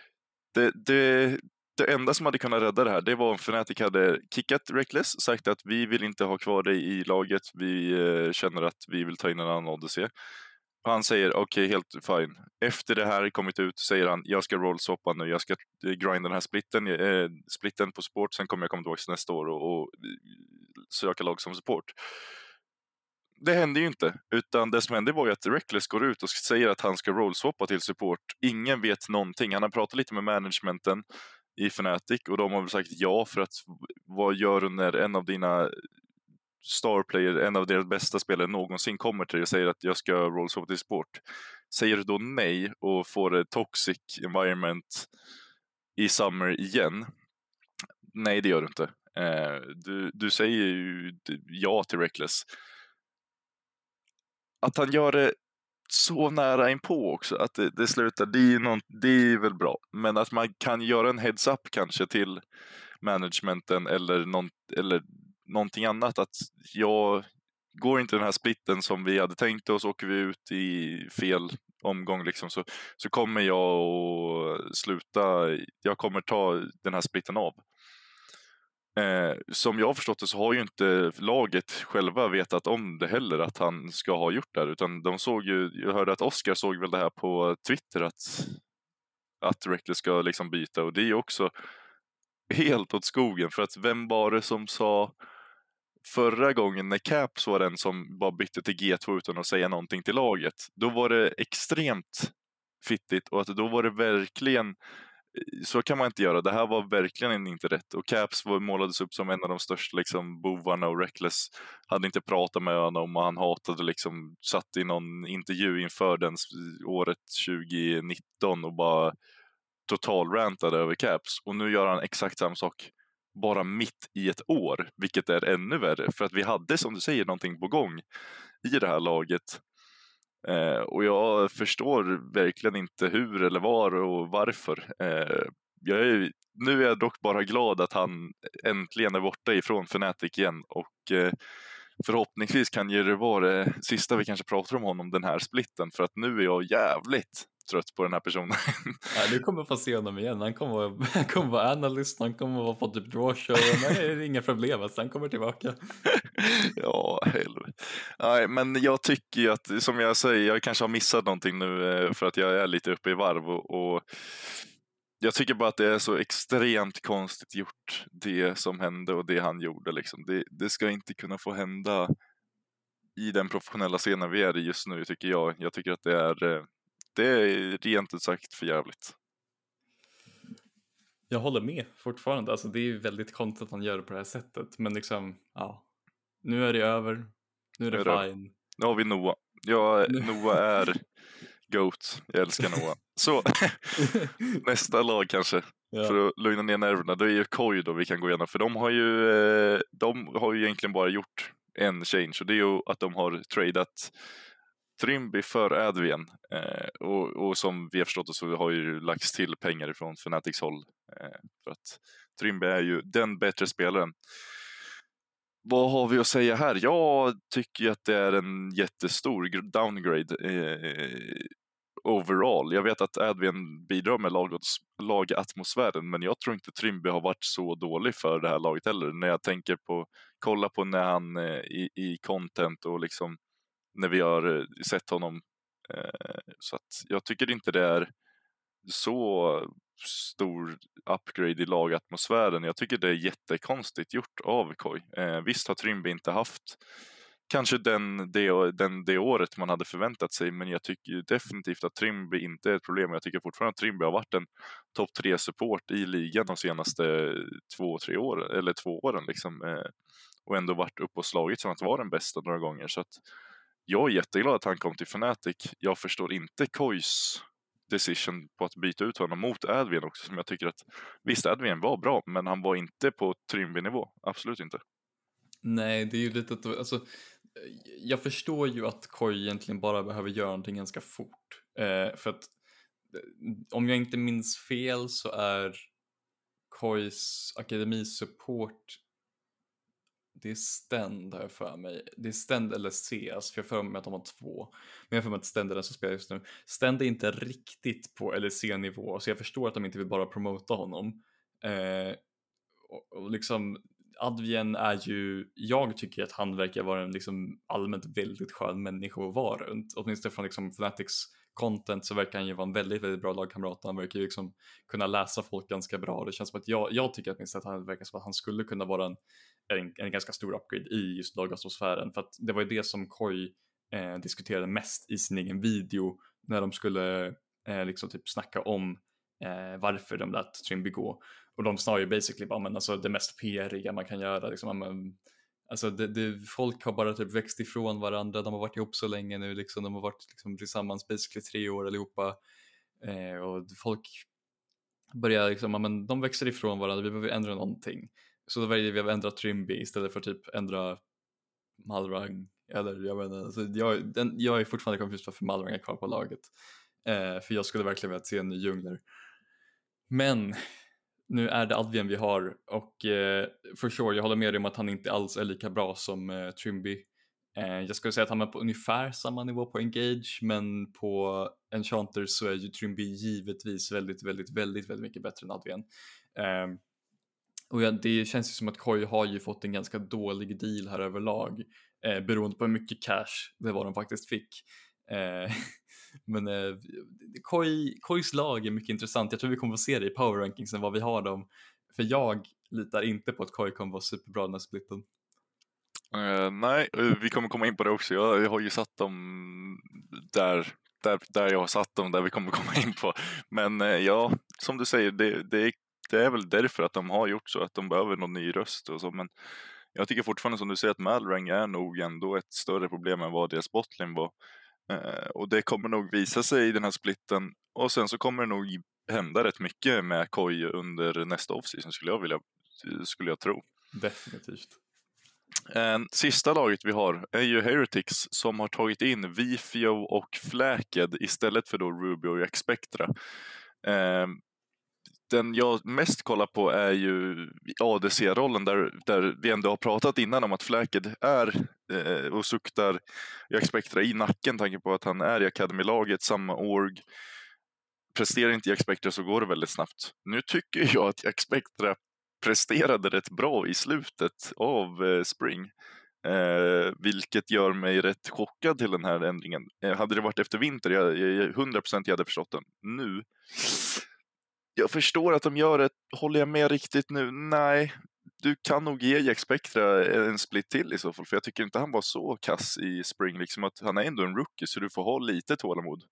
Det enda som hade kunnat rädda det här, det var om Fnatic hade kickat Reckless, sagt att vi vill inte ha kvar dig i laget, vi känner att vi vill ta in en annan ADC. Han säger okej, helt fine. Efter det här kommit ut säger han, jag ska rollswappa nu, jag ska grinda den här splitten på support, sen kommer jag komma tillbaka nästa år och söka lag som support. Det hände ju inte, utan det som hände var ju att Reckless går ut och säger att han ska rollswappa till support. Ingen vet någonting. Han har pratat lite med managementen i Fnatic och de har väl sagt ja, för att vad gör du när en av dina starplayer, en av deras bästa spelare någonsin kommer till dig och säger att jag ska rollswappa till support? Säger du då nej och får ett toxic environment i Summer igen? Nej, det gör du inte. Du säger ju ja till Reckless. Att han gör det så nära inpå också, att det slutar, det är väl bra. Men att man kan göra en heads up kanske till managementen eller någonting annat, att jag går inte den här splitten som vi hade tänkt oss, åker vi ut i fel omgång liksom, så kommer jag att sluta, jag kommer ta den här splitten av. Som jag har förstått det så har ju inte laget själva vetat om det heller, att han ska ha gjort det här, utan de såg ju, jag hörde att Oscar såg väl det här på Twitter, att Reckless ska liksom byta, och det är ju också helt åt skogen, för att vem var det som sa förra gången när Caps var den som bara bytte till G2 utan att säga någonting till laget? Då var det extremt fittigt, och att då var det verkligen, så kan man inte göra. Det här var verkligen inte rätt. Och Caps målades upp som en av de största liksom, bovarna, och Reckless hade inte pratat med honom, och han hatade liksom, satt i någon intervju inför den året 2019 och bara totalrantade över Caps. Och nu gör han exakt samma sak, bara mitt i ett år, vilket är ännu värre, för att vi hade, som du säger, någonting på gång i det här laget. Och jag förstår verkligen inte hur eller var och varför. Nu är jag dock bara glad att han äntligen är borta ifrån Fnatic igen, och förhoppningsvis kan ju det vara det sista vi kanske pratar om honom den här splitten, för att nu är jag jävligt trött på den här personen. Ja, du kommer få se honom igen. Han kommer vara analyst, han kommer vara på typ draw show. Nej, det är inga problem, alltså, han kommer tillbaka. Ja, helvete. Nej, men jag tycker ju att, som jag säger, jag kanske har missat någonting nu för att jag är lite uppe i varv, och jag tycker bara att det är så extremt konstigt gjort, det som hände och det han gjorde liksom. Det ska inte kunna få hända i den professionella scenen vi är i just nu, tycker jag. Jag tycker att det är rent ut sagt för jävligt. Jag håller med fortfarande. Alltså, det är ju väldigt konstigt att han gör det på det här sättet. Men liksom, ja. Nu är det över. Nu är det fine. Nu har vi Noah. Noah är GOAT. Jag älskar Noah. Så nästa lag kanske. Ja. För att lugna ner nerverna. Då är ju KOI då vi kan gå igenom. För de har ju egentligen bara gjort en change. Och det är ju att de har tradat Trimby för Advian. Och som vi har förstått så har ju lagts till pengar ifrån Fnatics håll. För att Trimby är ju den bättre spelaren. Vad har vi att säga här? Jag tycker att det är en jättestor downgrade overall. Jag vet att Advian bidrar med lagatmosfären, men jag tror inte Trimby har varit så dålig för det här laget heller. När jag tänker på, kolla på när han i content och liksom när vi har sett honom. Så att jag tycker inte det är så stor upgrade i lagatmosfären. Jag tycker det är jättekonstigt gjort av KOI. Visst har Trimby inte haft kanske det året man hade förväntat sig, men jag tycker definitivt att Trimby inte är ett problem. Jag tycker fortfarande att Trimby har varit en topp 3 support i ligan de senaste 2 åren liksom. och ändå varit uppe och slagit som att vara den bästa några gånger. Så att jag är jätteglad att han kom till Fnatic. Jag förstår inte Kois decision på att byta ut honom mot Advien också, som jag tycker att visst, Advien var bra, men han var inte på Trimby-nivå, absolut inte. Nej, det är ju lite att, alltså, jag förstår ju att Koi egentligen bara behöver göra någonting ganska fort. För att om jag inte minns fel så är Kois akademisupport, det är Stend här för mig. Det är Stend eller CS, för jag får mig att de har två. Men jag får mig att Stend är den som spelar just nu. Stend är inte riktigt på LEC-nivå, så jag förstår att de inte vill bara promota honom. Och liksom Advien är ju, jag tycker att han verkar vara en liksom allmänt väldigt skön människa att vara runt. Åtminstone från liksom Fnatics content så verkar han ju vara en väldigt, väldigt bra lagkamrat. Han verkar ju liksom kunna läsa folk ganska bra. Det känns som att jag tycker att han verkar som att han skulle kunna vara en ganska stor upgrade i just lagatmosfären. För att det var ju det som Koi diskuterade mest i sin egen video när de skulle liksom typ snacka om varför de lät Trimby gå. Och de sa ju basically bara, men alltså det mest PR-iga man kan göra liksom, men, alltså folk har bara typ växt ifrån varandra, de har varit ihop så länge nu liksom, de har varit liksom tillsammans basically 3 år allihopa, och folk börjar liksom, men de växer ifrån varandra, vi behöver ändra någonting. Så då väljer vi att ändra Trimby istället för typ ändra Malrang, eller jag vet inte, alltså, jag är fortfarande confused varför Malrang är kvar på laget, för jag skulle verkligen vilja se en ny jungler. Men nu är det Advien vi har, och for sure, jag håller med dig om att han inte alls är lika bra som Trimby. Jag skulle säga att han är på ungefär samma nivå på Engage, men på Enchanter så är ju Trimby givetvis väldigt, väldigt, väldigt, väldigt mycket bättre än Advien. Och det känns ju som att Koi har ju fått en ganska dålig deal här överlag, beroende på hur mycket cash det var de faktiskt fick. Men Kois lag är mycket intressant. Jag tror vi kommer att se det i power rankingsen vad vi har dem. För jag litar inte på att Koi kommer vara superbra den här splitten. Nej, vi kommer komma in på det också. Jag har ju satt dem där jag har satt dem, där vi kommer komma in på. Men ja, som du säger, det är väl därför att de har gjort så, att de behöver någon ny röst och så. Men jag tycker fortfarande, som du säger, att Malrang är nog ändå ett större problem än vad deras botlane var. Och det kommer nog visa sig i den här splitten. Och sen så kommer det nog hända rätt mycket med Koi under nästa offseason, skulle jag tro. Definitivt. Sista laget vi har är ju Heretics, som har tagit in Vifio och Flacked istället för då Ruby och Jack Spectra. Den jag mest kollar på är ju ADC-rollen, där vi ändå har pratat innan om att Flacked är och suktar Jack Spectra i nacken, tanke på att han är i Academy-laget, samma org. Presterar inte Jack Spectra så går det väldigt snabbt. Nu tycker jag att Jack Spectra presterade rätt bra i slutet av Spring, vilket gör mig rätt chockad till den här ändringen. Hade det varit efter vinter, jag 100% jag hade förstått den. Nu, jag förstår att de gör det, håller jag med riktigt nu? Nej, du kan nog ge Jack Spectra en split till i så fall, för jag tycker inte han var så kass i Spring, liksom att han är ändå en rookie, så du får ha lite tålamod.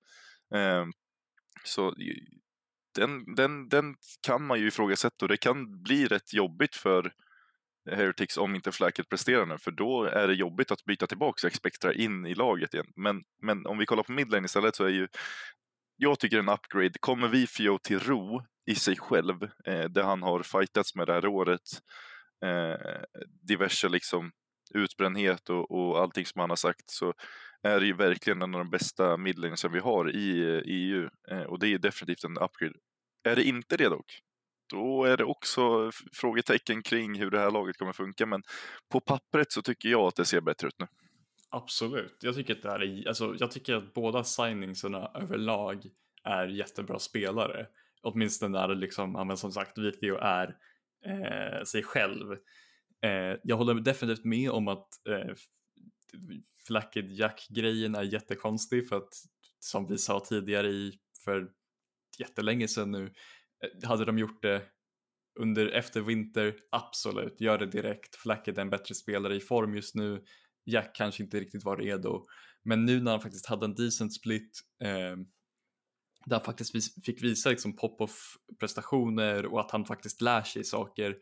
Så den kan man ju ifrågasätta, och det kan bli rätt jobbigt för Heretics om inte Flacket presterar nu, för då är det jobbigt att byta tillbaka Jack Spectra in i laget igen. Men om vi kollar på midlane istället, så är ju, jag tycker en upgrade, kommer Vifio till ro i sig själv, där han har fightats med det här året, diverse liksom utbrändhet och allting som han har sagt, så är det ju verkligen en av de bästa midlane som vi har i EU, och det är definitivt en upgrade. Är det inte det dock, då är det också frågetecken kring hur det här laget kommer funka, men på pappret så tycker jag att det ser bättre ut nu. Absolut, jag tycker att det här är, alltså, jag tycker att båda signingsarna överlag är jättebra spelare. Åtminstone när det liksom, ja, men som sagt, Vifio är sig själv. Jag håller definitivt med om att Flacked Jack-grejen är jättekonstig, för att som vi sa tidigare för jättelänge sedan nu, hade de gjort det efter vinter, absolut, gör det direkt. Flacked är en bättre spelare i form just nu. Jack kanske inte riktigt var redo, men nu när han faktiskt hade en decent split, där han faktiskt fick visa liksom pop-off prestationer och att han faktiskt lär sig saker,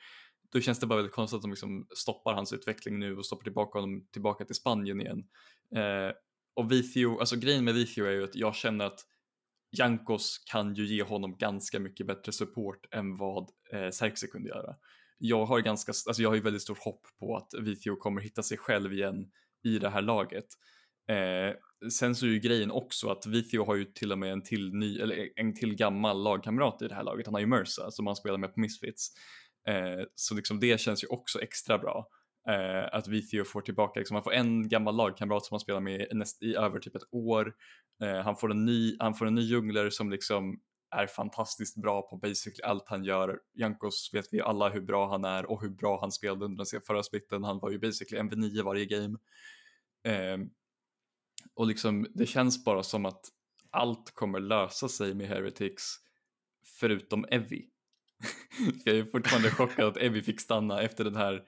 då känns det bara väldigt konstigt att de liksom stoppar hans utveckling nu och stoppar tillbaka honom tillbaka till Spanien igen. Och Vithio, alltså grejen med Vithio är ju att jag känner att Jankos kan ju ge honom ganska mycket bättre support än vad Xerxes kunde göra. Jag har ju väldigt stort hopp på att Vithio kommer hitta sig själv igen i det här laget. Sen så är ju grejen också att Vithio har ju till och med en till gammal lagkamrat i det här laget. Han har ju Mersa som han spelar med på Misfits. Så liksom det känns ju också extra bra. Att Vithio får tillbaka, liksom, han får en gammal lagkamrat som han spelar med i över typ ett år. Han får en ny jungler som liksom är fantastiskt bra på basically allt han gör. Jankos vet vi alla hur bra han är och hur bra han spelade under den förra splitten. Han var ju basically MV9 varje game. Och liksom det känns bara som att allt kommer lösa sig med Heretics förutom Evi. Jag är fortfarande chockad att Evi fick stanna efter den här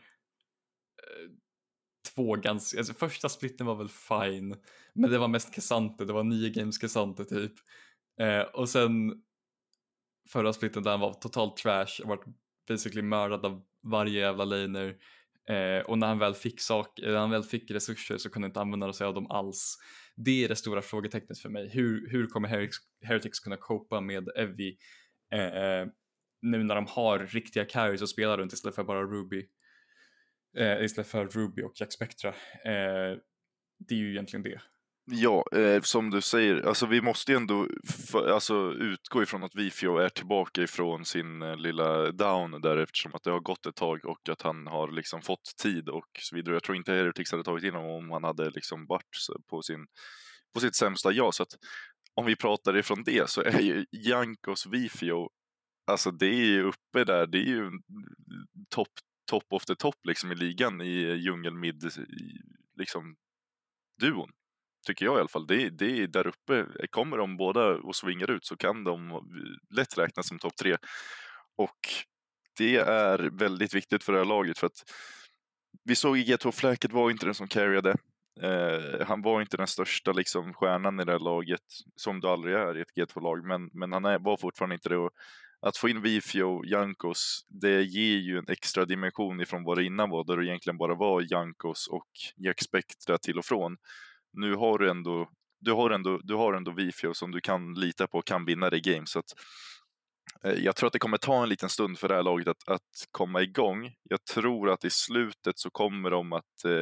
första splitten var väl fine, men det var mest K'Sante, det var 9 games K'Sante typ. Och sen förra splitten där han var totalt trash och var basically mördad av varje jävla laner. Och när han väl fick resurser så kunde han inte använda sig av dem alls. Det är det stora frågetecknet för mig. Hur kommer Heretics kunna copa med Evi nu när de har riktiga carries att spela runt istället för bara Ruby? Istället för Ruby och Jack Spectra. Det är ju egentligen det. Ja, som du säger, alltså vi måste ju ändå utgå ifrån att Vithio är tillbaka ifrån sin lilla down där, eftersom att det har gått ett tag och att han har liksom fått tid och så vidare. Jag tror inte Heretics hade tagit in honom om han hade liksom varit på sitt sämsta så att om vi pratar ifrån det så är ju Jankos Vithio, alltså det är ju uppe där, det är ju top of the top liksom i ligan i djungel mid liksom duon. Tycker jag i alla fall. Det är där uppe. Kommer de båda och svingar ut så kan de lätt räknas som topp 3. Och det är väldigt viktigt för det här laget, för att vi såg i G2 Fläket var inte den som carryade. Han var inte den största liksom stjärnan i det här laget, som du aldrig är i ett G2-lag, men han var fortfarande inte det. Och att få in Vithio, Jankos, det ger ju en extra dimension ifrån vad det innan var, där det egentligen bara var Jankos och Jack Spectra till och från. Nu har du har ändå Vithio som du kan lita på, kan vinna det game, så att jag tror att det kommer ta en liten stund för det här laget att komma igång. Jag tror att i slutet så kommer de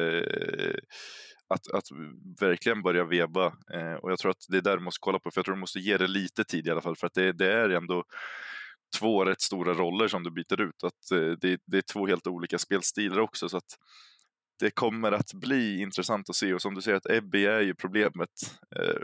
att verkligen börja veva, och jag tror att det är där du måste kolla på, för jag tror du måste ge det lite tid i alla fall, för att det är ändå 2 rätt stora roller som du byter ut, att det är 2 helt olika spelstilar också, så att det kommer att bli intressant att se. Och som du säger, att Ebby är ju problemet.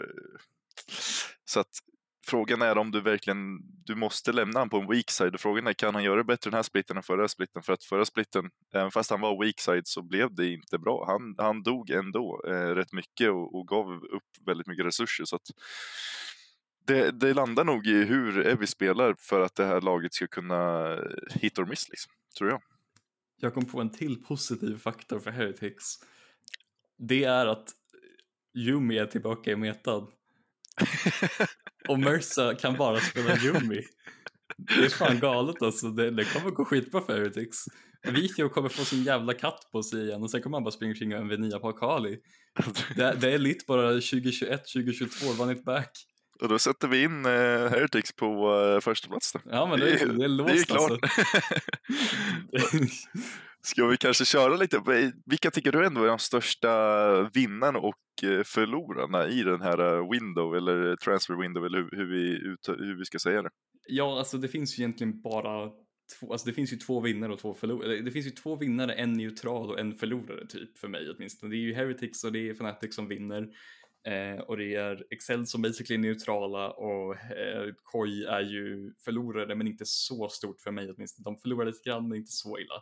Så att frågan är om du måste lämna han på en weak side. Och frågan är, kan han göra det bättre den här splitten än förra splitten? För att förra splitten, även fast han var weak side, så blev det inte bra. Han dog ändå rätt mycket och gav upp väldigt mycket resurser. Så att det landar nog i hur Ebby spelar för att det här laget ska kunna hit or miss, liksom, tror jag. Jag kom på en till positiv faktor för Heretics. Det är att Yuumi är tillbaka i metan. Och Mersa kan bara spela Yuumi. Det är fan galet alltså. Det kommer gå skitbra för Heretics. Vithio kommer få sin jävla katt på sig igen. Och sen kommer han bara springa kring en V9 på Akali. Det är lite bara 2021, 2022, run it back. Och då sätter vi in Heretics på första plats då. Ja, men det är låst, det är klart. Alltså. Ska vi kanske köra lite? Vilka tycker du ändå är de största vinnarna och förlorarna i den här window eller transfer window, eller hur vi ska säga det? Ja, alltså det finns ju egentligen bara det finns ju 2 vinnare och 2 förlorare. Det finns ju 2 vinnare, en neutral och en förlorare typ, för mig åtminstone. Det är ju Heretics och det är Fnatic som vinner. Och det är Excel som basically är neutrala, och Koi är ju förlorare, men inte så stort för mig åtminstone. De förlorar lite grann, men inte så illa.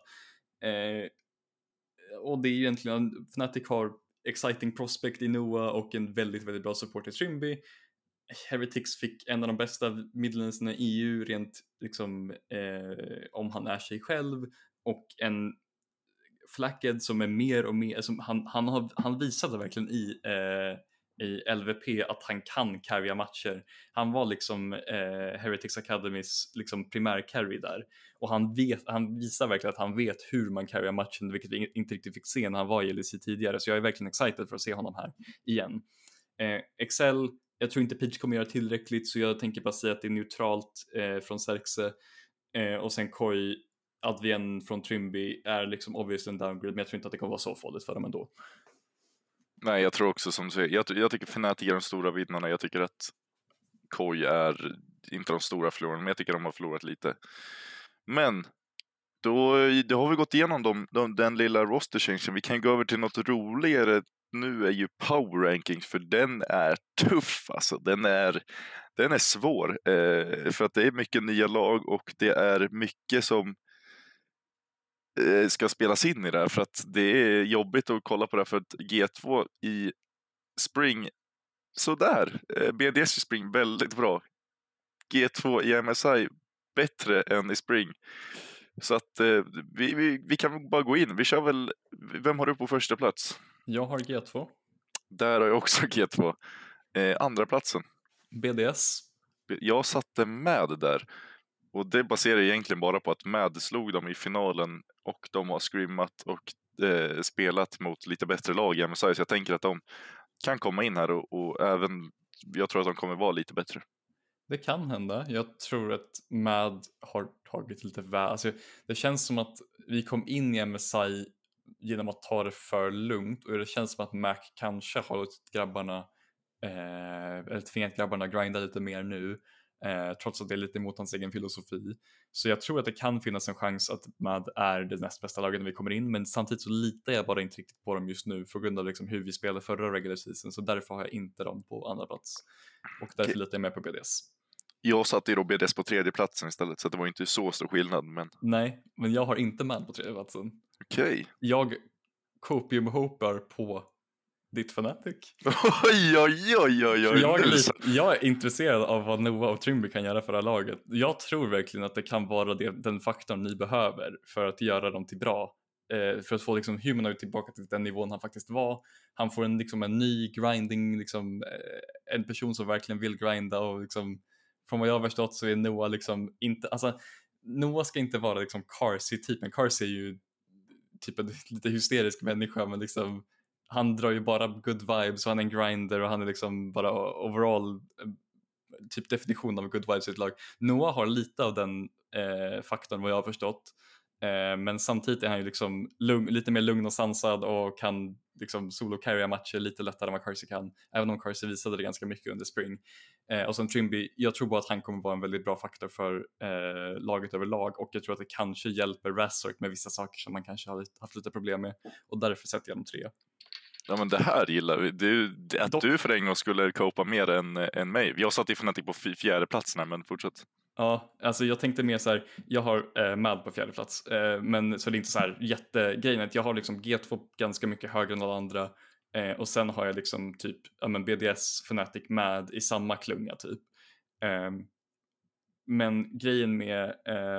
Och det är ju egentligen, Fnatic har exciting prospect i Noah och en väldigt, väldigt bra support i Trimby. Heretics fick en av de bästa midlanerna i EU rent liksom, om han är sig själv, och en Flacked som är mer och mer, som han visade verkligen i i LVP att han kan carrya matcher. Han var liksom Heretics Academys liksom primär carry där, och han visar verkligen att han vet hur man carryar matchen, vilket vi inte riktigt fick se när han var i LEC tidigare, så jag är verkligen excited för att se honom här igen. Excel, jag tror inte Peach kommer göra tillräckligt, så jag tänker bara säga att det är neutralt från Xerxe, och sen Koi, Advien från Trimby är liksom obviously en downgrade, men jag tror inte att det kommer vara så farligt för dem ändå. Nej, jag tror också som du säger, jag tycker Fnatic är de stora vinnarna. Jag tycker att Koi är inte de stora förlorarna, men jag tycker de har förlorat lite. Men då har vi gått igenom den lilla roster changen. Vi kan gå över till något roligare. Nu är ju power rankings, för den är tuff alltså. Den är svår, för att det är mycket nya lag och det är mycket som ska spelas in i det här, för att det är jobbigt att kolla på det, för att G2 i Spring sådär, BDS i Spring väldigt bra, G2 i MSI bättre än i Spring, så att vi kan bara gå in. Vi kör väl, vem har du på första plats? Jag har G2. Där har jag också G2. Andra platsen, BDS. Jag satte med där, och det baserar egentligen bara på att Mad slog dem i finalen och de har scrimmat och spelat mot lite bättre lag i MSI, så jag tänker att de kan komma in här och även jag tror att de kommer vara lite bättre. Det kan hända. Jag tror att Mad har tagit lite väl. Alltså, det känns som att vi kom in i MSI genom att ta det för lugnt, och det känns som att Mac kanske har låtit grabbarna eller tvingat grabbarna grinda lite mer nu, trots att det är lite emot hans egen filosofi. Så jag tror att det kan finnas en chans att Mad är det näst bästa laget när vi kommer in, men samtidigt så litar jag bara inte riktigt på dem just nu på grund av liksom hur vi spelade förra regular season, så därför har jag inte dem på andra plats, och därför litar jag med på BDS. Jag satte ju då BDS på tredje platsen istället, så det var inte så stor skillnad. Men... Nej, men jag har inte Mad på tredje platsen. Okej. Jag copium-hopar på ditt Fnatic. Oj. Jag är intresserad av vad Noah och Trimby kan göra för det här laget. Jag tror verkligen att det kan vara den faktorn ni behöver för att göra dem till bra. För att få liksom Humanoid tillbaka till den nivån han faktiskt var. Han får en ny grinding, liksom, en person som verkligen vill grinda, och liksom, från vad jag har förstått så är Noah liksom inte, alltså Noah ska inte vara liksom Carsey-typen. Carsey är ju typ en lite hysterisk människa, men liksom han drar ju bara good vibes, och han är en grinder, och han är liksom bara overall typ definition av good vibes i ett lag. Noah har lite av den faktorn vad jag har förstått, men samtidigt är han ju liksom lite mer lugn och sansad och kan liksom solo-carrya matcher lite lättare än vad Carsey kan, även om Carsey visade det ganska mycket under Spring. Och sen Trimby, jag tror bara att han kommer vara en väldigt bra faktor för laget överlag, och jag tror att det kanske hjälper Razork med vissa saker som man kanske har haft lite problem med, och därför sätter jag dem 3. Ja, men det här gillar vi. Du för en gång skulle copa mer än mig. Jag satt i Fnatic på fjärde platsen, men fortsätt. Ja, alltså jag tänkte mer så här, jag har Mad på fjärde plats, men så det är inte så här jättegrejen att jag har liksom G2 ganska mycket högre än alla andra, och sen har jag liksom typ BDS, Fnatic, Mad i samma klunga typ. Men grejen med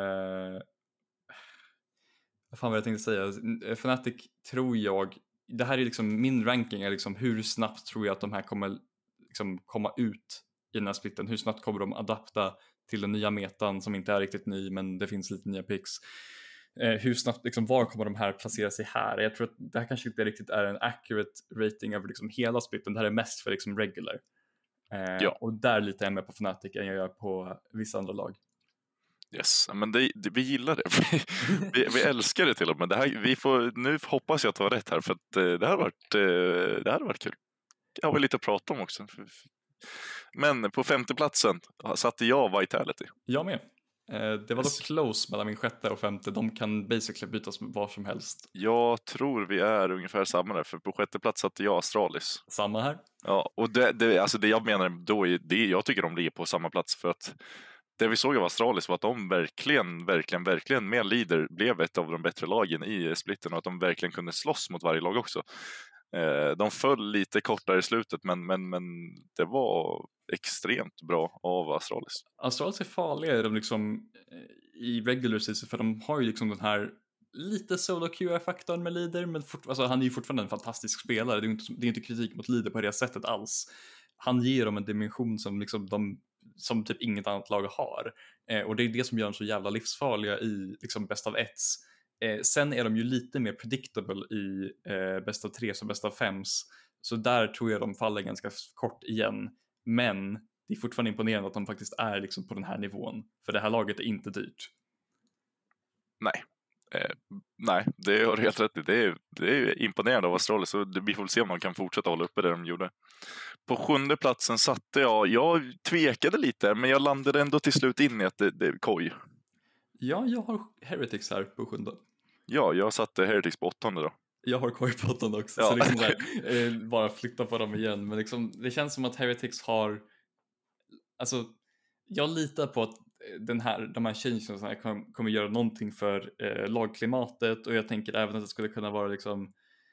vad fan var jag tänkte säga, Fnatic tror jag, det här är liksom min ranking är liksom hur snabbt tror jag att de här kommer liksom komma ut i den här splitten, hur snabbt kommer de adapta till den nya metan som inte är riktigt ny, men det finns lite nya picks. Hur snabbt, liksom, var kommer de här placera sig här? Jag tror att det här kanske inte riktigt är en accurate rating över liksom hela splitten, det här är mest för liksom regular. Ja. Och där litar jag med på Fnatic än jag gör på vissa andra lag. Yes, men vi gillar det. vi älskar det till och med. Det här, nu hoppas jag att det var rätt här, för att det här har varit kul. Jag har väl lite att prata om också. Men på femte platsen satte jag Vitality. Jag med. Det var dock close mellan min sjätte och femte. De kan basically bytas var som helst. Jag tror vi är ungefär samma där, för på sjätte plats satte jag Astralis. Samma här. Ja, och alltså det jag menar då är det, jag tycker de ligger på samma plats, för att det vi såg av Astralis var att de verkligen med leader blev ett av de bättre lagen i splitten, och att de verkligen kunde slåss mot varje lag också. De föll lite kortare i slutet, men det var extremt bra av Astralis. Astralis är farliga liksom, i regular season, för de har ju liksom den här lite solo QA-faktorn med Leader, men alltså, han är ju fortfarande en fantastisk spelare. Det är inte kritik mot Leader på det sättet alls. Han ger dem en dimension som liksom som typ inget annat lag har. Och det är det som gör dem så jävla livsfarliga i liksom bäst av ets. Sen är de ju lite mer predictable i bäst av tre och bäst av fems. Så där tror jag de faller ganska kort igen. Men det är fortfarande imponerande att de faktiskt är liksom på den här nivån. För det här laget är inte dyrt. Nej, det har du helt rätt i. Det är imponerande av Astralis, så vi får väl se om de kan fortsätta hålla uppe det de gjorde. På 7:e platsen satte jag tvekade lite, men jag landade ändå till slut in i att det är Koi. Ja, jag har Heretics här på 7:e. Ja, jag satte Heretics på 8:e då. Jag har Koi på 8:e också, Ja. så liksom där, bara flytta på dem igen. Men liksom, det känns som att Heretics har, alltså, jag litar på att de här changes kommer göra någonting för lagklimatet, och jag tänker även att det skulle kunna vara liksom,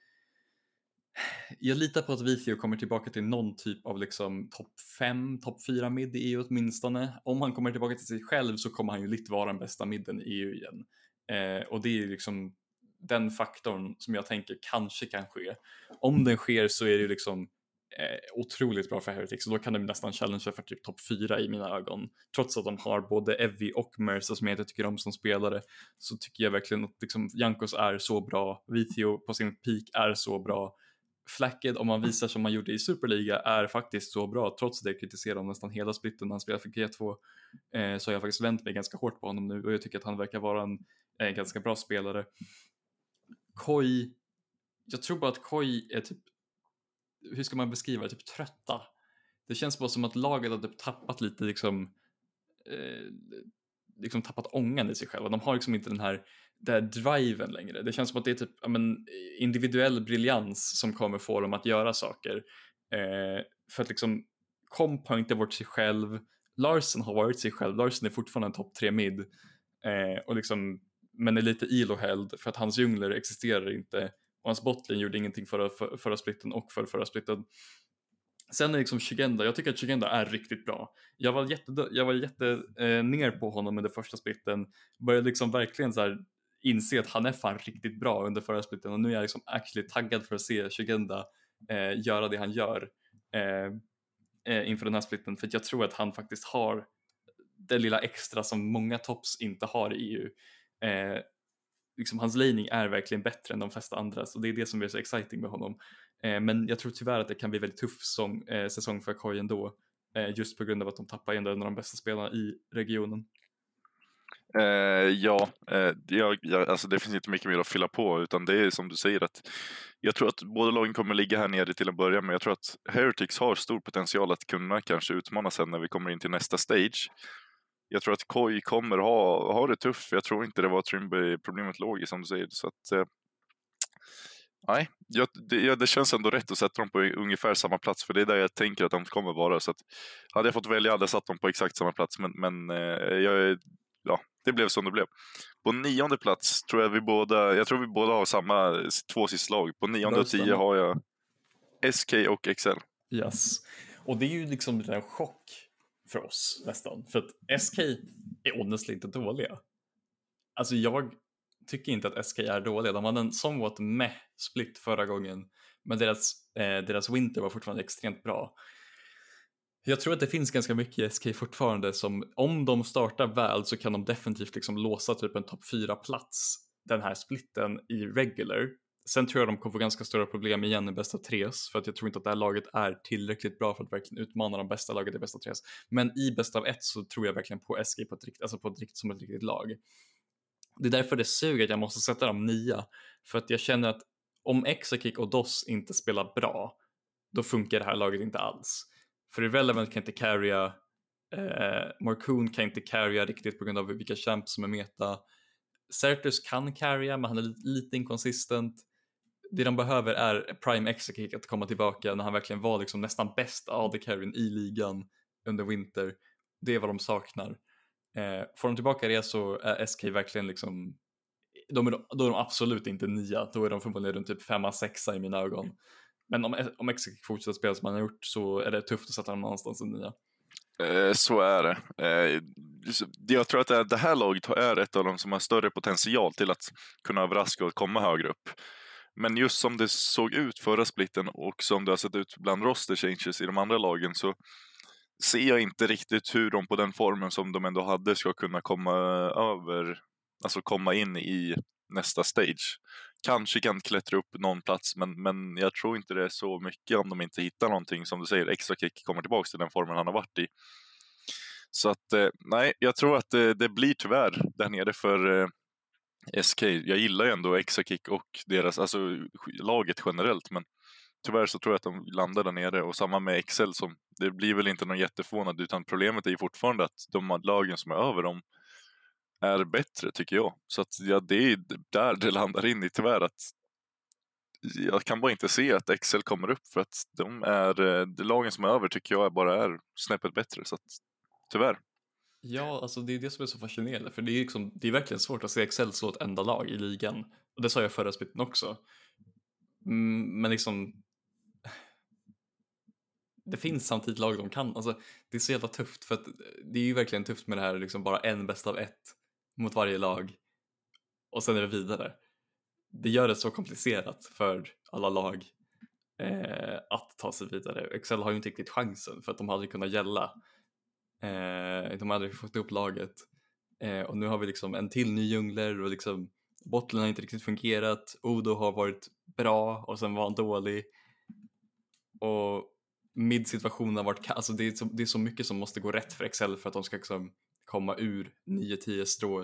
jag litar på att Vithio kommer tillbaka till någon typ av liksom topp 5, topp 4 mid i EU åtminstone. Om han kommer tillbaka till sig själv så kommer han ju lite vara den bästa midden i EU igen. Och det är liksom den faktorn som jag tänker kanske kan ske. Om den sker så är det ju liksom otroligt bra för Heretics, och då kan de nästan challengea för typ topp 4 i mina ögon. Trots att de har både Evi och Mercer som jag inte tycker om som spelare, så tycker jag verkligen att liksom Jankos är så bra, Vithio på sin peak är så bra. Flacked, om man visar som man gjorde i Superliga, är faktiskt så bra. Trots det kritiserar de nästan hela splitten när han spelar för G2, så har jag faktiskt vänt mig ganska hårt på honom nu, och jag tycker att han verkar vara en ganska bra spelare. Koi, jag tror bara att Koi är typ, hur ska man beskriva det, typ trötta. Det känns bara som att laget har typ tappat lite liksom tappat ångan i sig själva. De har liksom inte den här driven längre. Det känns som att det är typ individuell briljans som kommer få dem att göra saker. För att liksom Comp har inte varit sig själv. Larsen har varit sig själv. Larsen är fortfarande en topp 3 mid. Och liksom, men är lite elo-held för att hans jungler existerar inte. Och hans botlane gjorde ingenting förra splitten och förra splitten. Sen är liksom Chigenda, jag tycker att Chigenda är riktigt bra. Jag var jätte ner på honom under första splitten. Började liksom verkligen så här inse att han är fan riktigt bra under förra splitten. Och nu är jag liksom actually taggad för att se Chigenda göra det han gör inför den här splitten. För att jag tror att han faktiskt har det lilla extra som många tops inte har i EU. Liksom hans laning är verkligen bättre än de flesta andra, så det är det som är så exciting med honom. Men jag tror tyvärr att det kan bli väldigt tuff säsong för Koi ändå, just på grund av att de tappar en av de bästa spelarna i regionen. Alltså det finns inte mycket mer att fylla på, utan det är som du säger, att jag tror att båda lagen kommer ligga här nere till att börja med. Jag tror att Heretics har stor potential att kunna kanske utmana sen när vi kommer in till nästa stage. Jag tror att Koi kommer ha det tufft. Jag tror inte det var Trimby-problemet låg i, som du säger. Så att, nej, det känns ändå rätt att sätta dem på ungefär samma plats. För det är där jag tänker att de kommer vara. Så att, hade jag fått välja hade jag satt dem på exakt samma plats. Men det blev som det blev. På 9:e plats tror jag vi båda har samma 2 sista-lag. På 9:e och 10 har jag SK och XL. Yes. Och det är ju liksom en chock för oss nästan. För att SK är honestly inte dåliga. Alltså jag tycker inte att SK är dåliga. De hade en somewhat split förra gången. Men deras winter var fortfarande extremt bra. Jag tror att det finns ganska mycket i SK fortfarande som, om de startar väl, så kan de definitivt liksom låsa typ en topp 4-plats den här splitten i regular. Sen tror jag de kommer få ganska stora problem igen i bästa 3, för att jag tror inte att det här laget är tillräckligt bra för att verkligen utmana de bästa laget i bästa 3. Men i bästa av 1 så tror jag verkligen på SK som ett riktigt lag. Det är därför det suger att jag måste sätta dem 9, för att jag känner att om Exakick och DOS inte spelar bra, då funkar det här laget inte alls. För Irrelevant kan inte carrya, Marcoon kan inte carrya riktigt på grund av vilka champs som är meta. Certus kan carrya, men han är lite inconsistent. Det de behöver är Prime Exakick att komma tillbaka när han verkligen var liksom nästan bäst AD-carryn i ligan under winter. Det är vad de saknar. Får de tillbaka det så är SK verkligen liksom, då är de absolut inte 9, då är de förmodligen runt typ 5-6 i mina ögon. Men om Exakick fortsätter spela som han har gjort, så är det tufft att sätta dem någonstans i 9. Så är det. Jag tror att det här laget är ett av de som har större potential till att kunna överraska och komma högre upp. Men just som det såg ut förra splitten och som det har sett ut bland roster changes i de andra lagen, så ser jag inte riktigt hur de på den formen som de ändå hade ska kunna komma över, alltså komma in i nästa stage. Kanske kan klättra upp någon plats, men jag tror inte det är så mycket om de inte hittar någonting, som du säger, extra kick kommer tillbaka till den formen han har varit i. Så att nej, jag tror att det blir tyvärr där nere för SK. Jag gillar ju ändå Exakick och deras, alltså laget generellt, men tyvärr så tror jag att de landar där nere, och samma med Excel, som det blir väl inte någon jätteförvånad, utan problemet är ju fortfarande att de lagen som är över dem är bättre, tycker jag. Så att ja, det är där det landar in i, tyvärr, att jag kan bara inte se att Excel kommer upp, för att de lagen som är över tycker jag bara är snäppet bättre, så att tyvärr. Ja, alltså det är det som är så fascinerande, för det är, liksom, det är verkligen svårt att se Excel slå ett enda lag i ligan. Och det sa jag förra splitten också. Men liksom, det finns samtidigt lag de kan, alltså det är så jävla tufft, för att det är ju verkligen tufft med det här liksom bara en bäst av ett mot varje lag och sen är det vidare. Det gör det så komplicerat för alla lag att ta sig vidare. Excel har ju inte riktigt chansen, för att de hade kunnat gälla. De hade fått upp laget. Och nu har vi liksom en till ny djungler, och liksom bottlen har inte riktigt fungerat. Odo har varit bra och sen var han dålig. Och mid-situationen har varit, alltså det är så mycket som måste gå rätt för Excel för att de ska liksom komma ur 9-10 strået.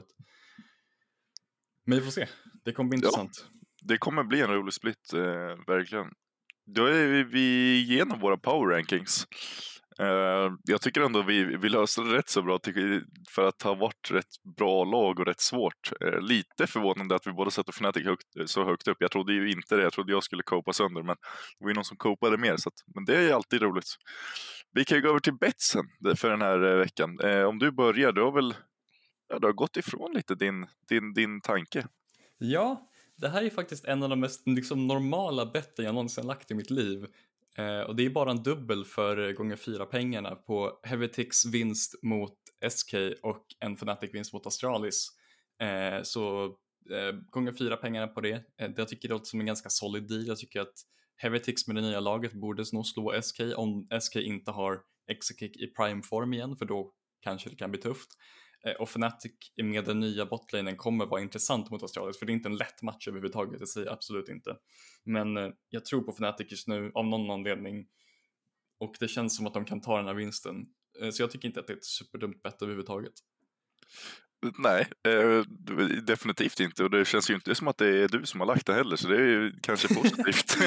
Men vi får se, det kommer bli intressant. Det kommer bli en rolig split, verkligen. Då är vi igenom våra power rankings. Jag tycker ändå vi löste det rätt så bra, för att ha varit rätt bra lag och rätt svårt. Lite förvånande att vi båda satte Fnatic så högt upp. Jag trodde ju inte det, jag trodde jag skulle copa sönder, men det var ju någon som copade mer, så att, men det är alltid roligt. Vi kan ju gå över till betsen för den här veckan. Om du börjar, du har gått ifrån lite din tanke. Ja, det här är faktiskt en av de mest liksom, normala betten jag någonsin lagt i mitt liv. Och det är bara en dubbel för gånger 4 pengarna på Heretics vinst mot SK och en Fnatic vinst mot Astralis. Så gånger 4 pengarna på det. Jag tycker det låter som en ganska solid deal. Jag tycker att Heretics med det nya laget borde nog slå SK om SK inte har Exakick i prime form igen, för då kanske det kan bli tufft. Och Fnatic med den nya botlanen kommer vara intressant mot Astralis, för det är inte en lätt match överhuvudtaget, det säger jag absolut inte. Men jag tror på Fnatic just nu av någon anledning, och det känns som att de kan ta den här vinsten. Så jag tycker inte att det är ett superdumt bett överhuvudtaget. Nej, definitivt inte, och det känns ju inte som att det är du som har lagt det heller, så det är ju kanske positivt.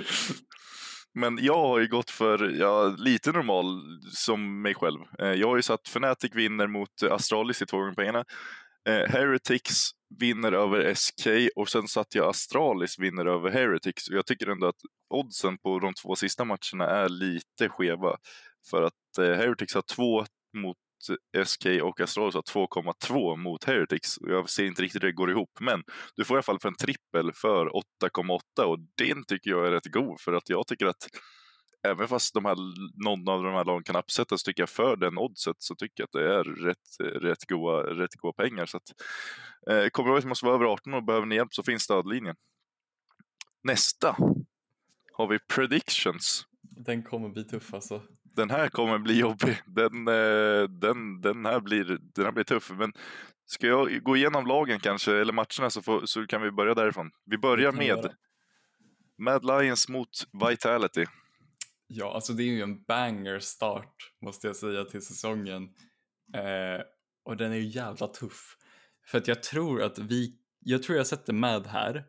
Men jag har ju gått för lite normal som mig själv. Jag har ju satt Fnatic vinner mot Astralis i 2 gånger pengarna. Heretics vinner över SK, och sen satt jag Astralis vinner över Heretics. Och jag tycker ändå att oddsen på de 2 sista matcherna är lite skeva. För att Heretics har 2 mot SK och Astralis har 2,2 mot Heretics. Jag ser inte riktigt hur det går ihop, men du får i alla fall för en trippel för 8,8, och den tycker jag är rätt god, för att jag tycker att även fast någon av de här lagen kan uppsättas, tycker jag för den oddset, så tycker jag att det är rätt goda pengar. Så att, kommer du ihåg att man måste vara över 18 och behöver ni hjälp, så finns stödlinjen. Nästa har vi predictions. Den kommer bli tuff alltså. Den här kommer bli jobbig. Den här blir tuff. Men ska jag gå igenom lagen kanske, eller matcherna, så kan vi börja därifrån. Vi börjar med Mad Lions mot Vitality. Ja, alltså det är ju en banger start, måste jag säga, till säsongen. Och den är ju jävla tuff. För att jag tror jag sätter Mad här.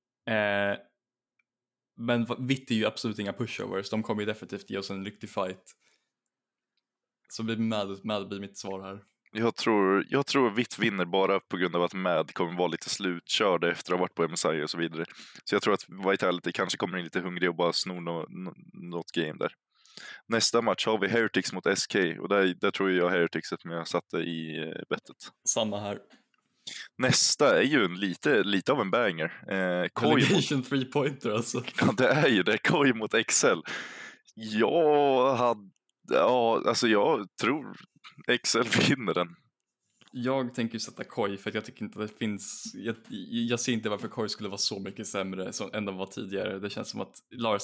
Men Vitt är ju absolut inga pushovers. De kommer ju definitivt ge oss en riktig fight. Så Mad blir mitt svar här. Jag tror Vitt vinner bara på grund av att Mad kommer vara lite slutkörd efter att ha varit på MSI och så vidare. Så jag tror att Vitality kanske kommer in lite hungrig och bara snor något game där. Nästa match har vi Heretics mot SK, och där tror jag Heretics att jag satte i bettet. Samma här. Nästa är ju lite av en banger. Relegation 3-pointer alltså. Ja, det är ju det. Koi mot Excel. Jag hade Ja, alltså jag tror XL vinner den. Jag tänker sätta Koi för att jag tycker inte att det finns, jag ser inte varför Koi skulle vara så mycket sämre än de var tidigare. Det känns som att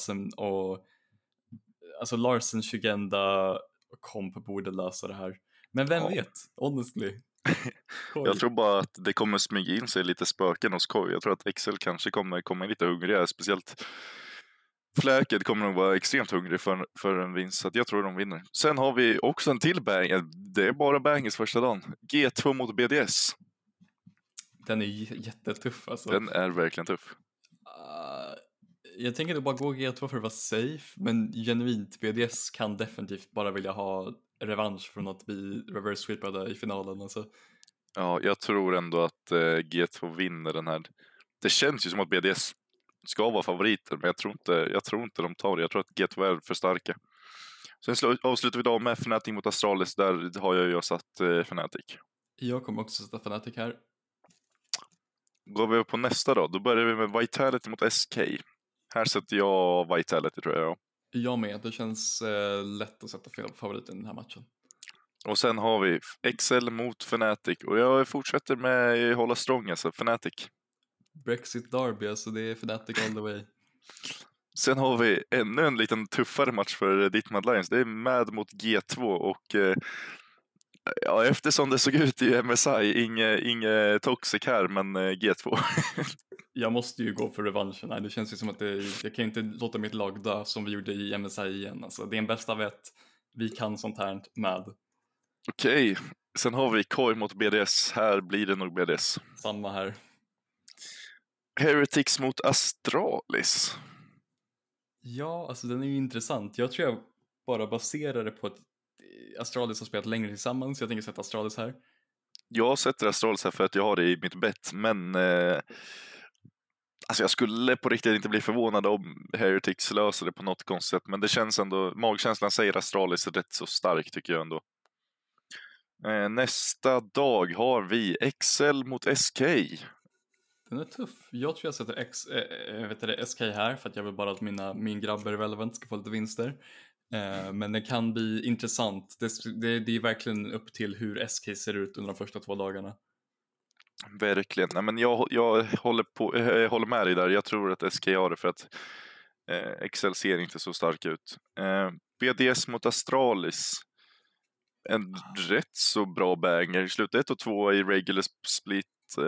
Larsen 20 komp borde lösa det här. Men vem vet, honestly. Koi. Jag tror bara att det kommer smyga in sig lite spöken hos Koi. Jag tror att XL kanske kommer komma lite hungrigare, speciellt Fläket kommer nog vara extremt hungrig för en vinst, så att jag tror de vinner. Sen har vi också en till bang. Det är bara bangers första dagen. G2 mot BDS. Den är jättetuff alltså. Den är verkligen tuff. Jag tänker nog bara gå G2 för att vara safe, men genuint BDS kan definitivt bara vilja ha revansch från att bli reverse sweepade i finalen alltså. Ja, jag tror ändå att G2 vinner den här. Det känns ju som att BDS ska vara favoriter, men jag tror inte de tar det. Jag tror att G2 är för starka. Sen avslutar vi idag med Fnatic mot Astralis. Där har jag ju satt Fnatic. Jag kommer också sätta Fnatic här. Går vi på nästa då börjar vi med Vitality mot SK. Här sätter jag Vitality, tror jag. Jag med, det känns lätt att sätta favoriten i den här matchen. Och sen har vi XL mot Fnatic. Och jag fortsätter med att hålla strong, alltså Fnatic. Brexit Derby, alltså det är Fnatic all the way. Sen har vi ännu en liten tuffare match för Dittmad Lions. Det är MAD mot G2 och ja, eftersom det såg ut i MSI, inge toxic här, men G2. Jag måste ju gå för revanschen här. Det känns ju som att jag kan inte låta mitt lag dö som vi gjorde i MSI igen. Alltså, det är en bästa av ett. Vi kan sånt här med. Okej, sen har vi Koi mot BDS. Här blir det nog BDS. Samma här. Heretics mot Astralis. Ja, alltså den är ju intressant. Jag tror jag bara baserar det på att Astralis har spelat längre tillsammans. Jag tänker sätta Astralis här. Jag sätter Astralis här för att jag har det i mitt bett, men alltså jag skulle på riktigt inte bli förvånad om Heretics löser det på något konstigt sätt, men det känns ändå, magkänslan säger Astralis rätt så stark, tycker jag ändå. Nästa dag har vi XL mot SK. Den är tuff. Jag tror jag sätter SK här för att jag vill bara att min grabb är relevant ska få lite vinster. Men det kan bli intressant. Det är verkligen upp till hur SK ser ut under de första 2 dagarna. Verkligen. Nej, men jag håller med dig där. Jag tror att SK har det för att XL ser inte så stark ut. BDS mot Astralis. En rätt så bra banger. Sluta 1 och 2 i regular split.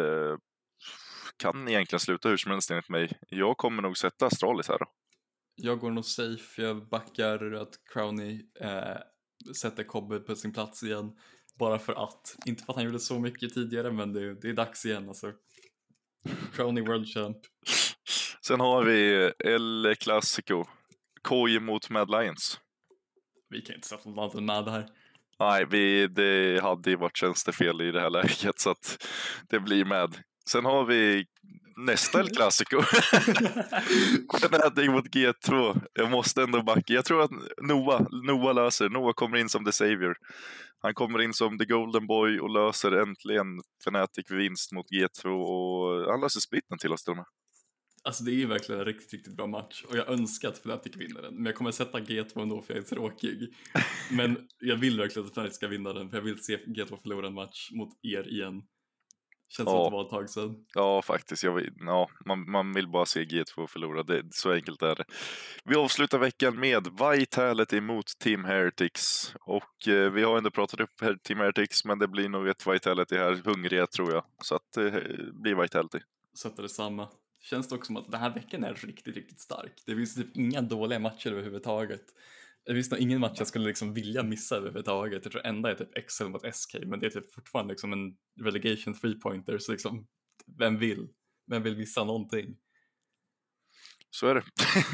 Kan egentligen sluta hur som helst enligt mig. Jag kommer nog sätta Astralis här då. Jag går nog safe. Jag backar att Crowny sätter Cobbe på sin plats igen. Bara för att. Inte för att han gjorde så mycket tidigare, men det är dags igen alltså. Crowny World Champ. Sen har vi El Clasico. Koi mot Mad Lions. Vi kan inte sätta något annat än Mad här. Nej, det hade ju varit tjänstefel i det här läget, så att det blir Mad. Sen har vi nästa El Clasico. Fnatic mot G2. Jag måste ändå backa. Jag tror att Noah löser. Noah kommer in som the savior. Han kommer in som the golden boy och löser äntligen Fnatic vinst mot G2 och han löser splitten till oss till och med. Alltså det är ju verkligen en riktigt, riktigt bra match och jag önskar att Fnatic vinner den. Men jag kommer sätta G2 ändå för jag är tråkig. Men jag vill verkligen att Fnatic ska vinna den för jag vill se G2 förlora en match mot er igen. Känns som att det var ett tag sedan. Ja, faktiskt. Man vill bara se G2 förlora. Så enkelt är det. Vi avslutar veckan med Vitality mot Team Heretics. Och vi har ändå pratat upp Team Heretics, men det blir nog ett Vitality här. Hungriga, tror jag. Så att det blir Vitality. Sätter det samma. Känns det också som att den här veckan är riktigt, riktigt stark. Det finns typ inga dåliga matcher överhuvudtaget. Det finns nog ingen match jag skulle liksom vilja missa överhuvudtaget. Jag tror enda är typ XL mot SK, men det är typ fortfarande liksom en relegation 3-pointer, så liksom vem vill missa någonting? Så är det.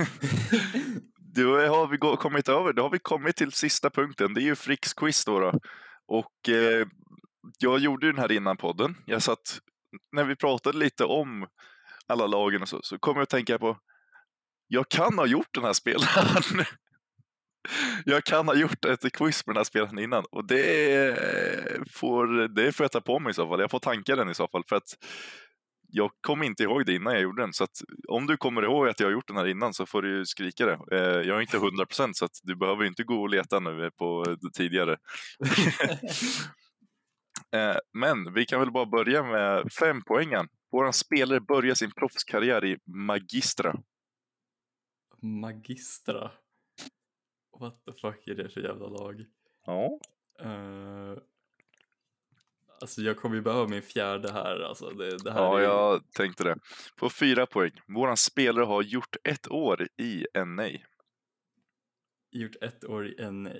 Då har vi kommit till sista punkten. Det är ju Fricks quiz då. Och jag gjorde den här innan podden. Jag satt, när vi pratade lite om alla lagen och så kom jag att tänka på, jag kan ha gjort den här spelaren. Jag kan ha gjort ett quiz med den här spelaren innan. Och det får jag ta på mig i så fall. Jag får tanka den i så fall. För att jag kommer inte ihåg det innan jag gjorde den. Så att om du kommer ihåg att jag har gjort den här innan så får du ju skrika det. Jag är inte 100% så att du behöver inte gå och leta nu på det tidigare. Men vi kan väl bara börja med 5 poängen. Våran spelare börjar sin proffskarriär i Magistra. Magistra? What the fuck är det för jävla lag? Ja. Alltså jag kommer ju behöva min fjärde här. Alltså det här Ja, är... jag tänkte det. På 4 poäng. Våran spelare har gjort 1 år i NA. Gjort 1 år i NA.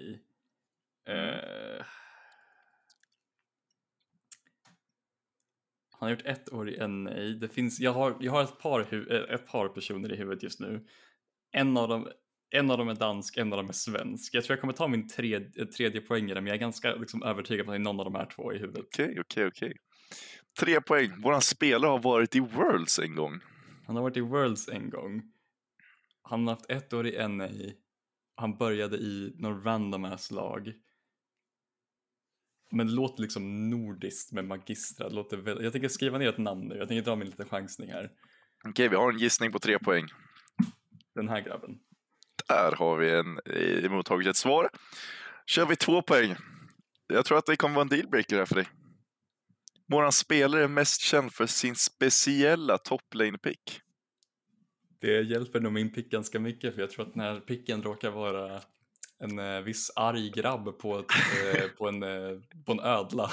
Han har gjort 1 år i NA. Det finns, jag har ett par personer i huvudet just nu. En av dem är dansk, en av dem är svensk. Jag tror jag kommer ta min tredje poängare, men jag är ganska liksom övertygad på att det är någon av de här två i huvudet. Okej. 3 poäng. Våran spelare har varit i Worlds en gång. Han har varit i Worlds en gång. Han har haft 1 år i NA. Han började i någon random ass lag. Men det låter liksom nordiskt med Magistra. Jag tänker skriva ner ett namn nu. Jag tänker dra min liten chansning här. Okej, vi har en gissning på 3 poäng. Den här grabben. Där har vi mottagit ett svar. Kör vi 2 poäng. Jag tror att det kommer vara en dealbreaker här för dig. Våran spelare är mest känd för sin speciella toplane-pick. Det hjälper nog min pick ganska mycket, för jag tror att den här picken råkar vara en viss arg grabb på en ödla.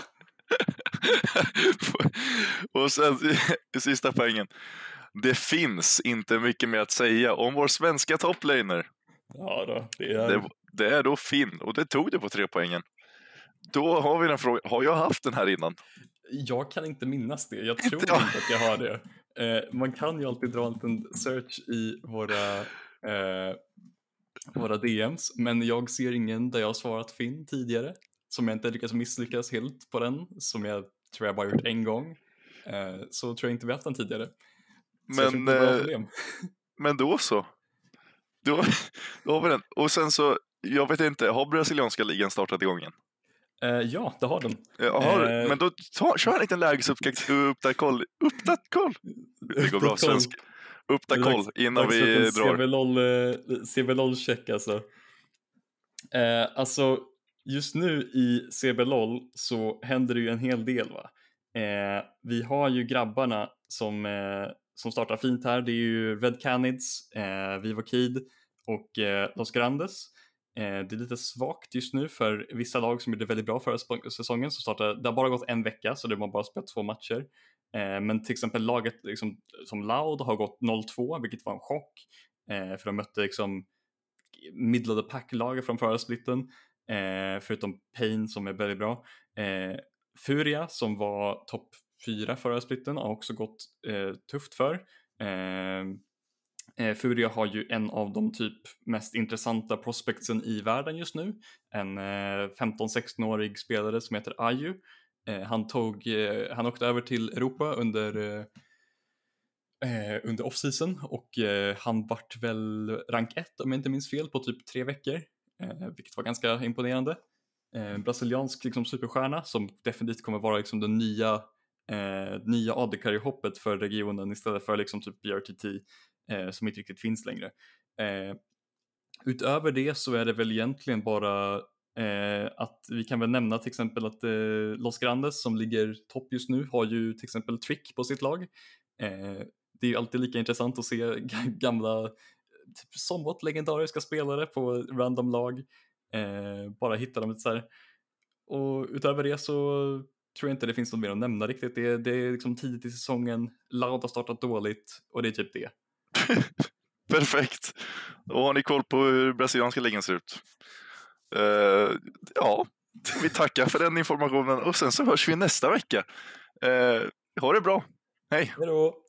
Och sen sista poängen. Det finns inte mycket mer att säga om vår svenska toplaner. Ja då, det är då Finn, och det tog du på 3 poängen. Då har vi den frågan. Har jag haft den här innan? Jag kan inte minnas det. Jag tror inte att jag har det. Man kan ju alltid dra en liten search i våra DMs, men jag ser ingen där jag har svarat Finn tidigare, som jag inte lyckats misslyckas helt på den, som jag tror jag bara gjort en gång. Så tror jag inte vi haft den tidigare. Men då så. Då har vi den. Och sen så, jag vet inte, har brasilianska ligan startat igång igen? Ja, det har den. Men då kör en liten lägesuppdatering. Det går bra svensk. Uppdatering innan vi drar. CBLOL-check alltså. Alltså, just nu i CBLOL så händer det ju en hel del, va? Vi har ju grabbarna som startar fint här. Det är ju Red Canids, Vivo Kid och Los Grandes. Det är lite svagt just nu för vissa lag som gjorde väldigt bra förra säsongen. Det har bara gått en vecka, så de har bara spelat 2 matcher. Men till exempel laget liksom, som Loud har gått 0-2, vilket var en chock. För de mötte liksom middle of the pack-laget från förra splitten. Förutom Pain som är väldigt bra. Furia som var topp 4 förra splitten har också gått tufft för. Furia har ju en av de typ mest intressanta prospectsen i världen just nu. En 15-16-årig spelare som heter Ayu. Han åkte över till Europa under off-season och han vart väl rank 1 om jag inte minns fel på typ 3 veckor. Vilket var ganska imponerande. Brasiliansk liksom superstjärna som definitivt kommer vara liksom den nya AD-carry-hoppet för regionen istället för liksom typ BRTT som inte riktigt finns längre. Utöver det så är det väl egentligen bara att vi kan väl nämna till exempel att Los Grandes som ligger topp just nu har ju till exempel Trick på sitt lag. Det är ju alltid lika intressant att se gamla typ somewhat legendariska spelare på random lag. Bara hitta dem lite så här. Och utöver det så tror jag inte det finns något mer att nämna riktigt. Det är liksom tidigt i säsongen. Loud har startat dåligt och det är typ det. Perfekt. Då har ni koll på hur brasilianska ligan ser ut. Ja, vi tackar för den informationen och sen så hörs vi nästa vecka. Ha det bra. Hej. Hej då.